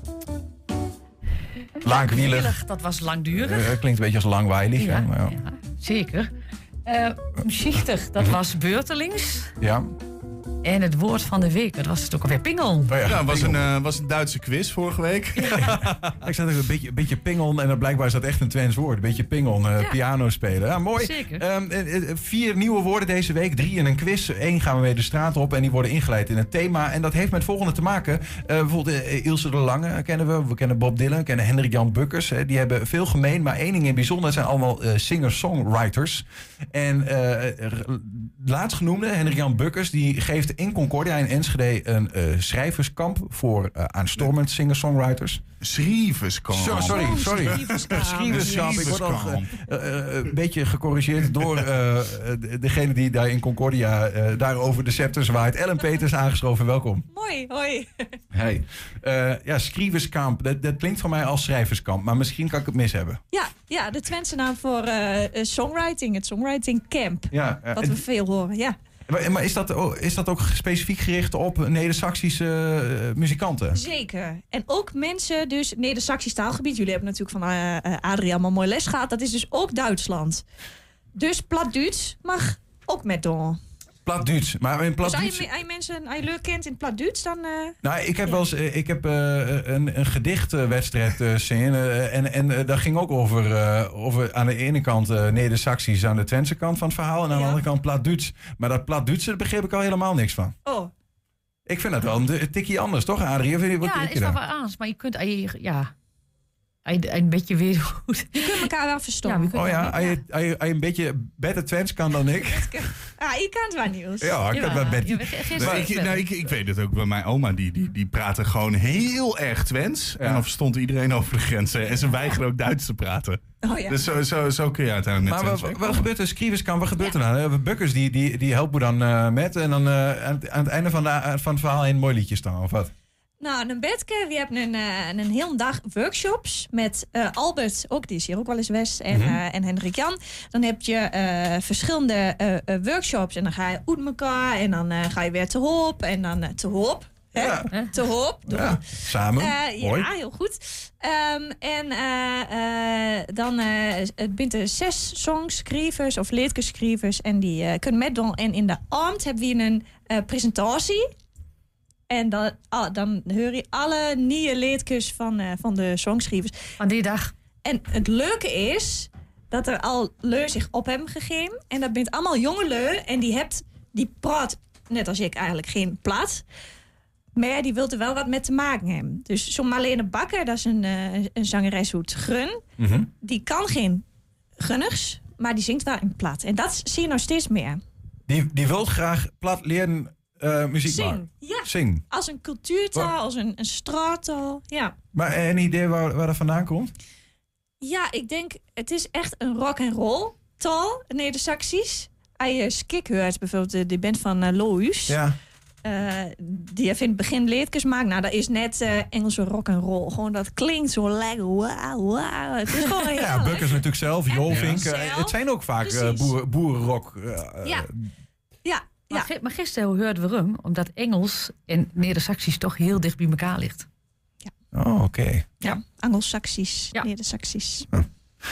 Lankwielig. Dat was langdurig. Uh, klinkt een beetje als langweilig. Ja, ja. ja, zeker. Uh, Schichtig, dat was beurtelings. Ja. En het woord van de week, dat was het ook alweer pingel. Oh ja, Ja, het was een, uh, was een Duitse quiz vorige week. Ik zat even een beetje, een beetje pingel en dan blijkbaar is dat echt een Twents woord. Een beetje pingel, uh, Ja. piano spelen. Ja, mooi. Zeker. Um, uh, vier nieuwe woorden deze week, drie in een quiz. Eén gaan we weer de straat op en die worden ingeleid in het thema. En dat heeft met het volgende te maken. Uh, bijvoorbeeld uh, Ilse de Lange kennen we. We kennen Bob Dylan, we kennen Hendrik Jan Bukkers. Hè. Die hebben veel gemeen, maar één ding in bijzonder. Het zijn allemaal uh, singer-songwriters. En uh, laatstgenoemde, Hendrik Jan Bukkers, die geeft heeft in Concordia in Enschede een uh, schrijverskamp voor uh, aanstormend singer-songwriters. Schrijverskamp. So, sorry, sorry. Schrijverskamp. Schrijverskamp. Ik word al uh, uh, een beetje gecorrigeerd door uh, degene die daar in Concordia uh, daarover de scepter zwaait. Ellen Peters aangeschoven, welkom. Mooi, hoi. Hey. Uh, ja, schrijverskamp. Dat, dat klinkt voor mij als schrijverskamp, maar misschien kan ik het mis hebben. Ja, ja de Twentse naam voor uh, songwriting, het songwriting camp. Ja, uh, wat we veel horen, ja. Maar, maar is, dat, is dat ook specifiek gericht op Neder-Saxische uh, muzikanten? Zeker. En ook mensen, dus Neder-Saxisch taalgebied. Jullie hebben natuurlijk van uh, uh, Adrie allemaal mooi les gehad. Dat is dus ook Duitsland. Dus Plat-Duits mag ook met door. Plat-Duits. Maar in Plat-Duits... Dus als je, je mensen als je leuk kent in Plat-Duits, dan... Uh, nou, ik heb ja. wel eens ik heb, uh, een, een gedichtwedstrijd uh, zingen. Uh, en en uh, dat ging ook over, uh, over aan de ene kant uh, Neder-Saxisch, aan de Twentse kant van het verhaal. En aan ja. de andere kant Plat-Duits. Maar dat Plat-Duits, daar begreep ik al helemaal niks van. Oh. Ik vind dat wel een, een tikje anders, toch, Adrie? Wat ja, het is wel wat anders. Maar je kunt... Ja... Een beetje weer goed. Je kunt elkaar wel verstaan. Ja, oh ja, als je, als je, als je een beetje beter Twents kan dan ik. Ah, je kan het wel nieuws. Ja, ik kan het wel beter. Nou, ik, nou, ik, ik weet het ook bij mijn oma. Die, die, die praten gewoon heel erg Twents. Ja. En dan verstond iedereen over de grenzen. En ze weigeren ook Duits te praten. Oh ja. Dus zo, zo, zo kun je uiteindelijk met Maar Twents wat, wat gebeurt er? Schrijverskamp, wat gebeurt ja. er dan? Bukkers die, die, die helpen dan uh, met. En dan uh, aan, het, aan het einde van, de, van het verhaal een mooi liedje staan, of wat? Nou, een bedke, we hebben een, uh, een hele dag workshops met uh, Albert, ook die is hier ook wel eens West, en, mm-hmm. uh, en Hendrik Jan. Dan heb je uh, verschillende uh, uh, workshops en dan ga je uit elkaar en dan uh, ga je weer te hoop en dan uh, te hoop. Ja. Hè? Te hoop. Ja. Samen. Uh, Mooi. Ja, heel goed. Um, en uh, uh, dan uh, het bent er zes songschrijvers of liedjeschrijvers en die uh, kunnen met doen. En in de avond hebben we een uh, presentatie. En dan, ah, dan hoor je alle nieuwe liedjes van, uh, van de songschrijvers. Van die dag. En het leuke is dat er al leu zich op hebben gegeven. En dat bent allemaal jonge leu. En die hebt, die praat, net als ik eigenlijk, geen plat. Maar die wil er wel wat met te maken hebben. Dus zo'n Marlene Bakker, dat is een, uh, een zangeres uit Grun. Mm-hmm. Die kan geen Gunners, maar die zingt wel in plat. En dat zie je nog steeds meer. Die, die wil graag plat leren... Uh, muziek Zing, maken. Ja. Zing. Als een cultuurtaal, als een, een straattaal, ja. Maar een idee waar, waar dat vandaan komt? Ja, ik denk, het is echt een rock and roll taal, Neder-Saxisch. Als je Skik hoort, bijvoorbeeld de, de band van uh, Lohuus. Ja. Uh, die heeft in het begin liedjes gemaakt. Nou, dat is net uh, Engelse rock and roll. Gewoon dat klinkt zo lekker. Wow, wow. Het is gewoon heel ja, Bukkers natuurlijk zelf, Jolvink. Uh, het zijn ook vaak uh, boeren, boerenrock. Uh, ja. Ja. Maar, ja. maar gisteren hoorden we hem, omdat Engels en Neder-Saxisch toch heel dicht bij elkaar ligt. Ja. Oh, oké. Okay. Ja, Anglo-Saxisch, ja. Neder-Saxisch. Ja.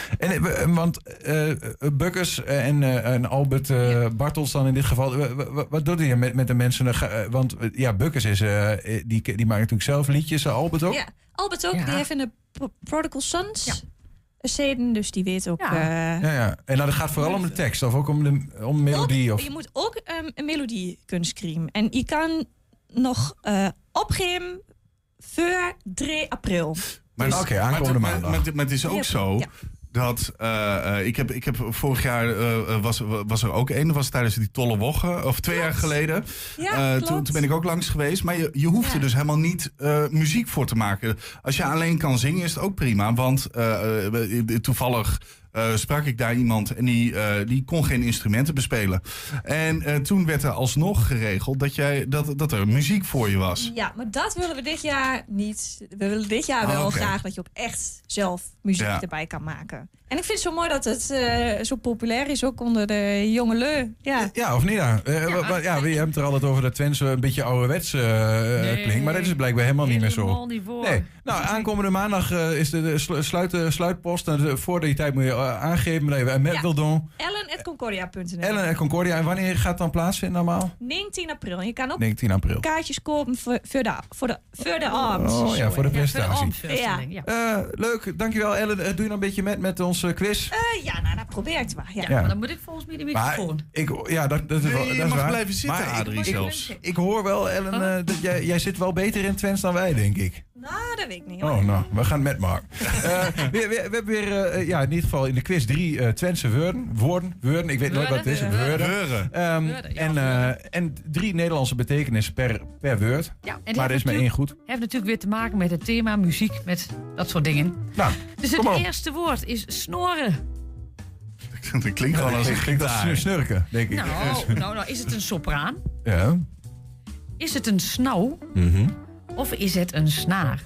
En, want uh, Bukkers en, uh, en Albert uh, ja. Bartels dan in dit geval, wat, wat doet hij met, met de mensen? Uh, want ja, Bukkers is, uh, die, die maakt natuurlijk zelf liedjes, uh, Albert ook? Ja, Albert ook. Ja. Die heeft in de Pro- Prodigal Sons... Ja. Zeden, dus die weet ook... Ja. Uh, ja, ja. En nou, dat gaat vooral om de tekst of ook om de om melodie? Ook, of... Je moet ook um, een melodie kunnen schrijven. En je kan nog uh, opgeven voor drie april. Maar dus, Oké, okay, aankomende maar, maandag. Maar, maar, maar het is ook ja, zo... Ja. Dat uh, uh, ik, heb, ik heb vorig jaar uh, was, was er ook een, dat was tijdens die Tolle Woche, of twee klopt. jaar geleden. Ja, uh, toen, toen ben ik ook langs geweest. Maar je, je hoeft ja. er dus helemaal niet uh, muziek voor te maken. Als je alleen kan zingen, is het ook prima. Want uh, uh, toevallig uh, sprak ik daar iemand en die, uh, die kon geen instrumenten bespelen. En uh, toen werd er alsnog geregeld dat, jij, dat, dat er muziek voor je was. Ja, maar dat willen we dit jaar niet. We willen dit jaar wel oh, okay. graag dat je ook echt zelf muziek ja. erbij kan maken. En ik vind het zo mooi dat het uh, zo populair is, ook onder de jonge leu. Ja, ja of niet? Ja, uh, ja. ja, we hebben het er altijd over dat Twents een beetje ouderwets uh, nee, klinkt. Maar dat is blijkbaar helemaal niet meer zo. Nee. Nou, aankomende maandag uh, is de, de sluit, sluitpost. En voor die tijd moet je uh, aangeven dat je met ja. wil doen. Ellen at concordia punt n l Ellen at Concordia. En wanneer gaat het dan plaatsvinden normaal? negentien april. Je kan ook negentien april. kaartjes kopen voor, voor de, voor de, voor de avond. Oh ja, voor de presentatie. Ja, ja. Uh, leuk, dankjewel Ellen. Uh, doe je nog een beetje met met onze quiz? Uh, ja, nou, dat probeer ik wel. Ja. Ja, maar dan moet ik volgens mij de microfoon. Ik, ja, dat, dat is, nee, dat je is mag waar. blijven zitten, maar Adrie, ik, zelfs. Ik, ik hoor wel, Ellen, uh, dat jij, jij zit wel beter in Twents dan wij, denk ik. Nou, dat weet ik niet hoor. Oh, nou, we gaan met Mark. uh, we, we, we hebben weer, uh, ja, in ieder geval in de quiz drie uh, Twentse woorden. Woorden, woorden, ik weet nooit wat het is. Woorden. Um, Woorden, ja, en, uh, en drie Nederlandse betekenissen per, per woord. Ja, en maar er is maar één goed. heeft natuurlijk weer te maken met het thema muziek, met dat soort dingen. Nou, dus het eerste woord is snoren. Dat klinkt gewoon als een klinkt als gitaar. snurken, denk ik. Nou, nou, nou, is het een sopraan? Ja. Is het een snauw? Mm-hmm. Of is het een snaar?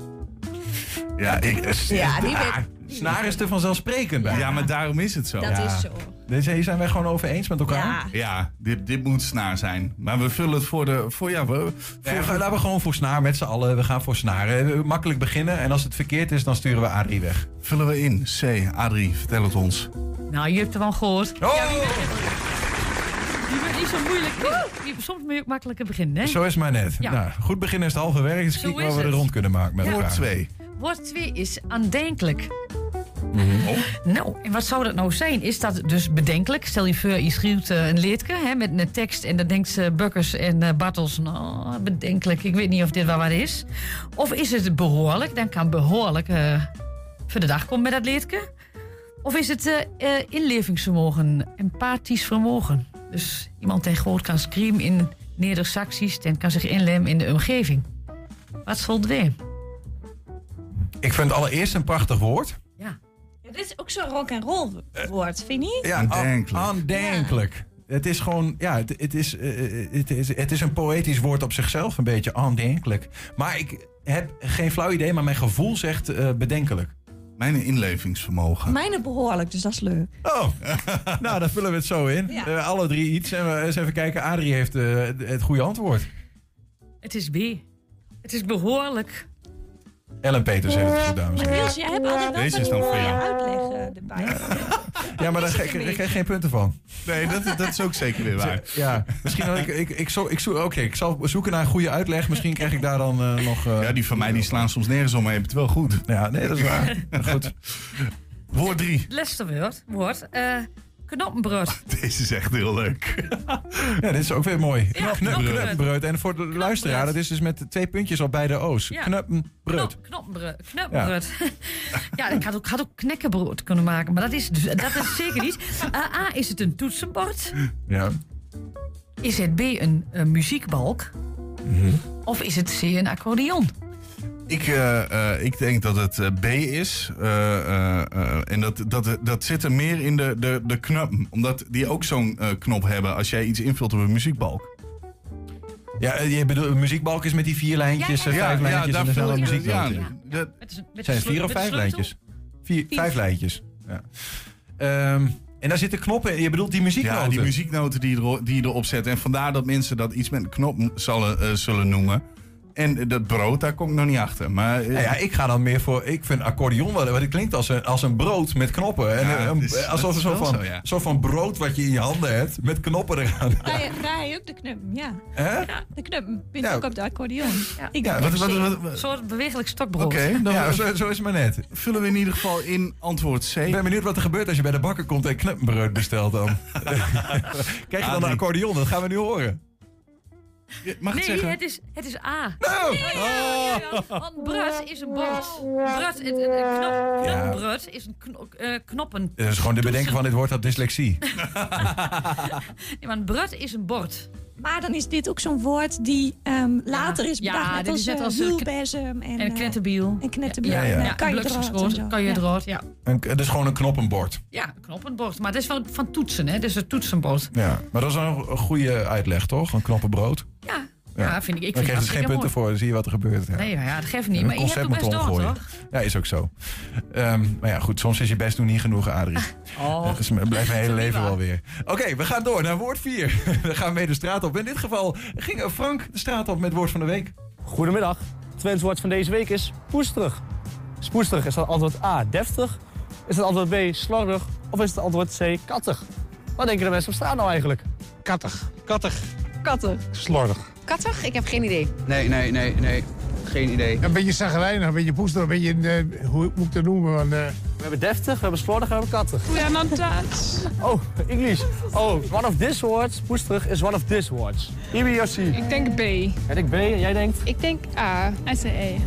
Ja, ik, Ja, die Ah, weet... snaar is er vanzelfsprekend bij. ja, maar daarom is het zo. Dat Ja. is zo. Deze hier zijn wij gewoon over eens met elkaar. Ja. Ja, dit, dit moet snaar zijn. Maar we vullen het voor de... Voor, ja, we, voor, Ja, laten we gewoon voor snaar met z'n allen. We gaan voor snaar. Uh, Makkelijk beginnen. En als het verkeerd is, dan sturen we Adrie weg. vullen we in. C. Adrie, vertel het ons. Nou, je hebt er wel gehoord. Oh! Die wordt niet zo moeilijk. Die- Soms moet je ook makkelijker beginnen, hè? Zo is het maar net. Ja. Nou, goed beginnen is het halve werk. Dus Zo kijken is waar we er het. rond kunnen maken met Ja. elkaar. Woord twee. Woord twee is aandenkelijk. Oh. Nou, en wat zou dat nou zijn? Is dat dus bedenkelijk? Stel je voor, je schreeuwt uh, een liedje hè, met een tekst en dan denkt uh, Bukkers en uh, Bartels, nou, bedenkelijk, ik weet niet of dit wel wat is. Of is het behoorlijk? Dan kan behoorlijk uh, voor de dag komen met dat liedje. Of is het uh, uh, inlevingsvermogen, empathisch vermogen? Dus iemand die gewoon kan schreeuwen in Neder-Saxisch en kan zich inlemmen in de omgeving. Wat zal het weer? Ik vind het allereerst een prachtig woord. Ja. Ja, dit is ook zo'n rock and roll woord, vind je niet? Ja, Aandenkelijk. aan- aandenkelijk. Het is gewoon, ja, het, het, is, uh, het, is, het is een poëtisch woord op zichzelf, een beetje aandenkelijk. Maar ik heb geen flauw idee, maar mijn gevoel zegt uh, bedenkelijk. Mijn inlevingsvermogen. Mijne behoorlijk, dus dat is leuk. Oh, nou, dan vullen we het zo in. Ja. Uh, alle drie iets. En we eens even kijken, Adrie heeft uh, het goede antwoord. Het is B. Het is behoorlijk. Ellen Peters heeft het goed, dames en Maar heren. Niels, jij hebt altijd nog Deze is een dan voor mooie jou. uitleg uh, erbij. Ja, maar daar is het krijg een ik beetje. geen punten van. Nee, dat, dat is ook zeker weer waar. Ja, misschien dat ik, ik, ik, zo, ik, zo, okay, ik zal zoeken naar een goede uitleg. Misschien krijg ik daar dan uh, nog... Uh, Ja, die van mij die slaan soms nergens om, maar je hebt het wel goed. Ja, nee, dat is waar. Maar goed. Woord drie. Het laatste woord. woord uh, knoppenbrood. Deze is echt heel leuk. Ja, dit is ook weer mooi. Ja, Knop- knoppenbrood. Knoppenbrood. En voor de luisteraar, dat is dus met twee puntjes op beide O's. Ja. Knoppenbrood. Knop, knoppenbrood. Knoppenbrood. Ja, ja ik had ook, had ook knekkenbrood kunnen maken, maar dat is, dus- dat is zeker niet. Uh, A, is het een toetsenbord? Ja. Is het B, een, een muziekbalk? Of is het C, een accordeon? Ik, uh, uh, ik denk dat het uh, B is. Uh, uh, uh, en dat, dat, dat zit er meer in de, de, de knoppen. Omdat die ook zo'n uh, knop hebben als jij iets invult op een muziekbalk. Ja, je bedoelt, een muziekbalk is met die vier lijntjes, Ja, uh, ja, vijf ja, lijntjes daar en er zijn vul dan ik- muzieknoten ja, in. dat- Met een- met Zijn een het vier sleu- of met een vijf sleutel. lijntjes? Vier, Vier. vijf lijntjes. Ja. Ehm, en daar zitten knoppen in. Je bedoelt die muzieknoten? Ja, die muzieknoten die, er, die je erop zet. En vandaar dat mensen dat iets met een knop zullen, uh, zullen noemen. En dat brood, daar kom ik nog niet achter. Maar, uh, Nou ja, ik ga dan meer voor... Ik vind accordeon wel... Want het klinkt als een, als een brood met knoppen. En Ja, een, het is- alsof het een is soort wel van, zo, ja. soort van brood wat je in je handen hebt. Met knoppen eraan. Daar, daar heb je ook de knup, ja. Hè? De knup vind Ja. ook op de accordeon. Ja. Ik Ja, doe wat, wat, C. wat, wat- Een soort bewegelijk stokbrood. Oké, dan ja, zo, zo is het maar net. vullen we in ieder geval in antwoord C. Ik ben benieuwd wat er gebeurt als je bij de bakker komt en knuppenbrood bestelt dan. Krijg je dan een accordeon? Dat gaan we nu horen. Mag ik Nee, zeggen? het is, het is A. Oh! Ja, ja, want brut is een bord. Brut, het, het, het knop, Ja. knopbrut is een kno, uh, knoppen. Dat is gewoon de bedenken van dit woord had dyslexie. Nee, want brut is een bord. Maar dan is dit ook zo'n woord die um, later is Ja, bedacht. dit net is als, net uh, als, uh, wielbezem en, En een eh, knetterbiel. en knetterbiel. Ja, en, ja. eh, ja, kan je bliksemschoot, eruit en zo. kan je Ja. eruit, ja. Een, het is gewoon een knoppenbord. Ja, een knoppenbord. Maar het is van, van toetsen, hè. Dus een toetsenbord. Ja, maar dat is een, een goede uitleg, toch? Een knoppenbrood. Ja, Ja. ja. vind ik. Ik Dan vind krijg je dus geen punten voor, dan zie je wat er gebeurt. Ja. Nee, ja, dat geeft niet. Een Maar je hebt concept ook best moeten door, omgooien. toch? Ja, is ook zo. Um, maar ja, goed, soms is je best doen niet genoeg, Adrie. Oh. Dat is, blijft mijn hele niet leven waar. wel weer. Oké, we gaan door naar woord vier. We gaan mee de straat op. In dit geval ging Frank de straat op met woord van de week. Goedemiddag. Het Twents woord van deze week is poesterig. Is poesterig, is dat antwoord A, deftig? Is het antwoord B, slordig? Of is het antwoord C, kattig? Wat denken de mensen op straat nou eigenlijk? Kattig. Kattig. Katten. Slordig. Kattig? Ik heb geen idee. Nee, nee, nee, nee. Geen idee. Een beetje zagrijnig, een beetje poesterig, een beetje, uh, hoe moet ik dat noemen? Want, uh... We hebben deftig, we hebben slordig, we hebben kattig. We are not touch. Oh, English. Oh, one of these words, poesterig, is one of these words. E, B of C? Ik denk B. Jij denkt B en jij denkt? Ik denk A. I say A.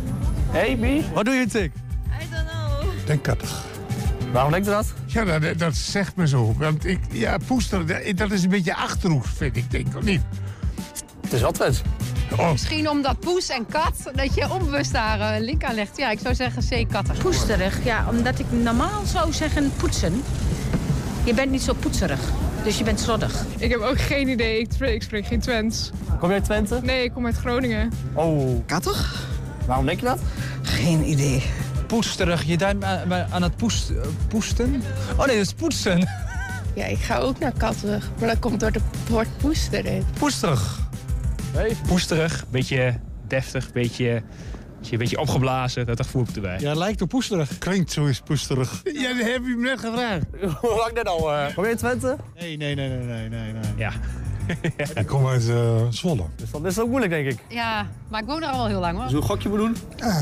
Hey, Bie, wat doe je tik? I don't know. Denk kattig. Waarom denkt u dat? Ja, dat, dat zegt me zo. Want ik, ja, poester, dat- dat is een beetje achterhoeks, vind ik, denk ik, of niet? Het is wat Twents. Oh, Misschien omdat poes en kat, dat je onbewust daar een link aan legt. Ja, ik zou zeggen C-kattig. Poesterig, ja, omdat ik normaal zou zeggen poetsen. Je bent niet zo poetserig, dus je bent slordig. Ik heb ook geen idee. Ik spreek, ik spreek geen Twents. Kom je uit Twente? Nee, ik kom uit Groningen. Oh. Kattig? Waarom denk je dat? Geen idee. Poesterig, je duimt aan het poest, poesten? Oh nee, dat is poetsen. Ja, ik ga ook naar kattig. Maar dat komt door de woord poes erin. Poesterig. Hey. Poesterig, beetje deftig, beetje, beetje, beetje opgeblazen. Dat voel ik erbij. ja, lijkt op poesterig. Klinkt zo eens poesterig. Ja, dat heb je me net gevraagd. Hoe lang net al? Uh... Kom je uit Twente? Nee, nee, nee, nee, nee, nee. nee. Ja. Ik kom uit uh, Zwolle. Dus dan is het ook moeilijk, denk ik. Ja, maar ik woon er al wel heel lang hoor. Zullen we een gokje moeten doen? Ah.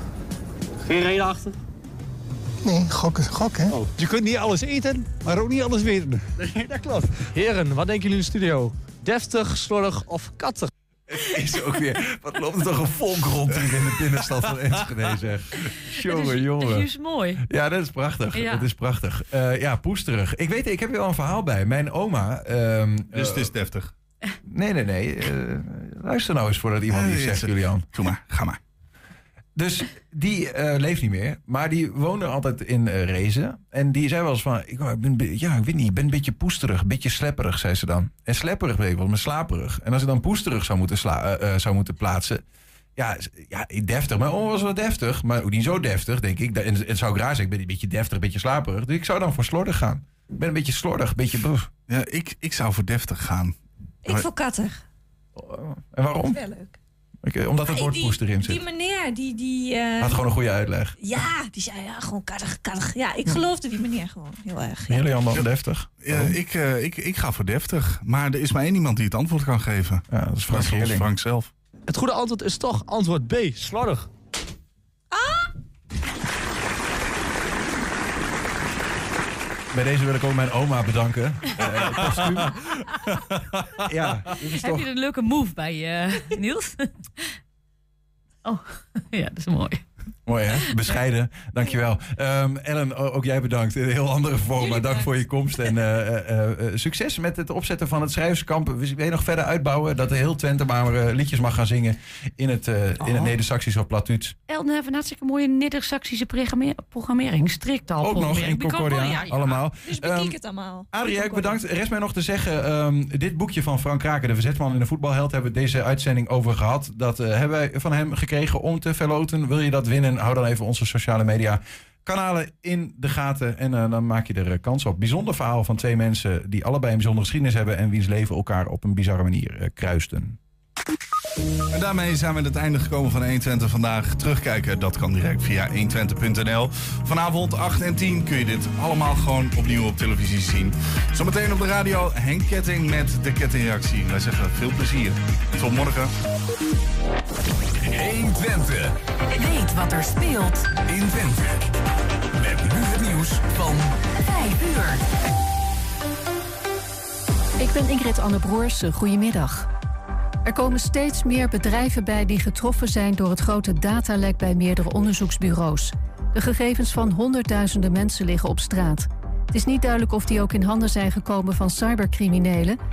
Geen reden achter? Nee, gokken, gokken. Oh. Je kunt niet alles eten, maar ook niet alles weten. Nee, dat klopt. Heren, wat denken jullie in de studio? Deftig, slordig of kattig? Het is ook weer... Wat loopt er toch een volk rond hier in de binnenstad van Enschede, zeg. Jongen, Dat is jongen. juist mooi. Ja, dat is prachtig. Ja. Dat is prachtig. Uh, ja, poesterig. Ik weet, ik heb hier wel een verhaal bij. Mijn oma... Um, Dus het is deftig. Nee, nee, nee. Uh, luister nou eens voordat iemand iets zegt, Julian. Doe maar, ga maar. Dus die uh, leeft niet meer, maar die woonde altijd in uh, Rezen. En die zei wel eens van, ik, ik ben, ja, ik weet niet, ik ben een beetje poesterig, een beetje slepperig, zei ze dan. En slepperig weet ik wel, maar slaperig. En als ze dan poesterig zou moeten, sla, uh, uh, zou moeten plaatsen, ja, ja, deftig. Mijn oma was wel deftig, maar ook niet zo deftig, denk ik. En het zou ik raar zijn, ik ben een beetje deftig, een beetje slaperig. Dus ik zou dan voor slordig gaan. Ik ben een beetje slordig, een beetje... Brug. Ja, ik, ik zou voor deftig gaan. Ik voor kattig. En waarom? Wel leuk. Okay, omdat het woord die, poester in zit. Die meneer, die... die uh... had gewoon een goede uitleg. Ja, die zei ja, gewoon kattig, kattig. Ja, ik geloofde die meneer gewoon heel erg. Ja. Julian dan deftig? Ja, ik, uh, ik, ik ga voor deftig. Maar er is maar één iemand die het antwoord kan geven. Ja, dat is Frank, dat is Frank zelf. Het goede antwoord is toch antwoord B, slordig. Bij deze wil ik ook mijn oma bedanken. Uh, kostuum. Ja, dit is Heb toch... je een leuke move bij uh, Niels? Oh, ja, dat is mooi. Mooi hè? Bescheiden, dankjewel. Um, Ellen, ook jij bedankt. In een heel andere vorm, maar dank voor je komst. En uh, uh, uh, succes met het opzetten van het schrijverskamp. Wil je nog verder uitbouwen? Dat de heel Twente maar uh, liedjes mag gaan zingen in het, uh, oh. in het Neder-Saxisch of Platuuts. Ellen heeft een hartstikke mooie Neder-Saxische programmering. Striktaal. Ook nog in Concordia, ja, ja. allemaal. Dus bekijk um, het allemaal. Adria, ook bedankt. Rest mij nog te zeggen, um, dit boekje van Frank Kraker, de verzetsman en de voetbalheld, hebben we deze uitzending over gehad. Dat uh, hebben wij van hem gekregen om te verloten. Wil je dat winnen? Hou dan even onze sociale media kanalen in de gaten en uh, dan maak je er uh, kans op. Bijzonder verhaal van twee mensen die allebei een bijzondere geschiedenis hebben en wiens leven elkaar op een bizarre manier uh, kruisten. En daarmee zijn we aan het einde gekomen van honderdtwintig vandaag. Terugkijken, dat kan direct via honderdtwintig punt n l. Vanavond acht en tien kun je dit allemaal gewoon opnieuw op televisie zien. Zometeen op de radio Henk Ketting met de kettingreactie. Wij zeggen veel plezier. Tot morgen. honderdtwintig. Weet wat er speelt in Twente. Met nu het nieuws van vijf uur. Ik ben Ingrid Anne Broers. Goedemiddag. Er komen steeds meer bedrijven bij die getroffen zijn door het grote datalek bij meerdere onderzoeksbureaus. De gegevens van honderdduizenden mensen liggen op straat. Het is niet duidelijk of die ook in handen zijn gekomen van cybercriminelen.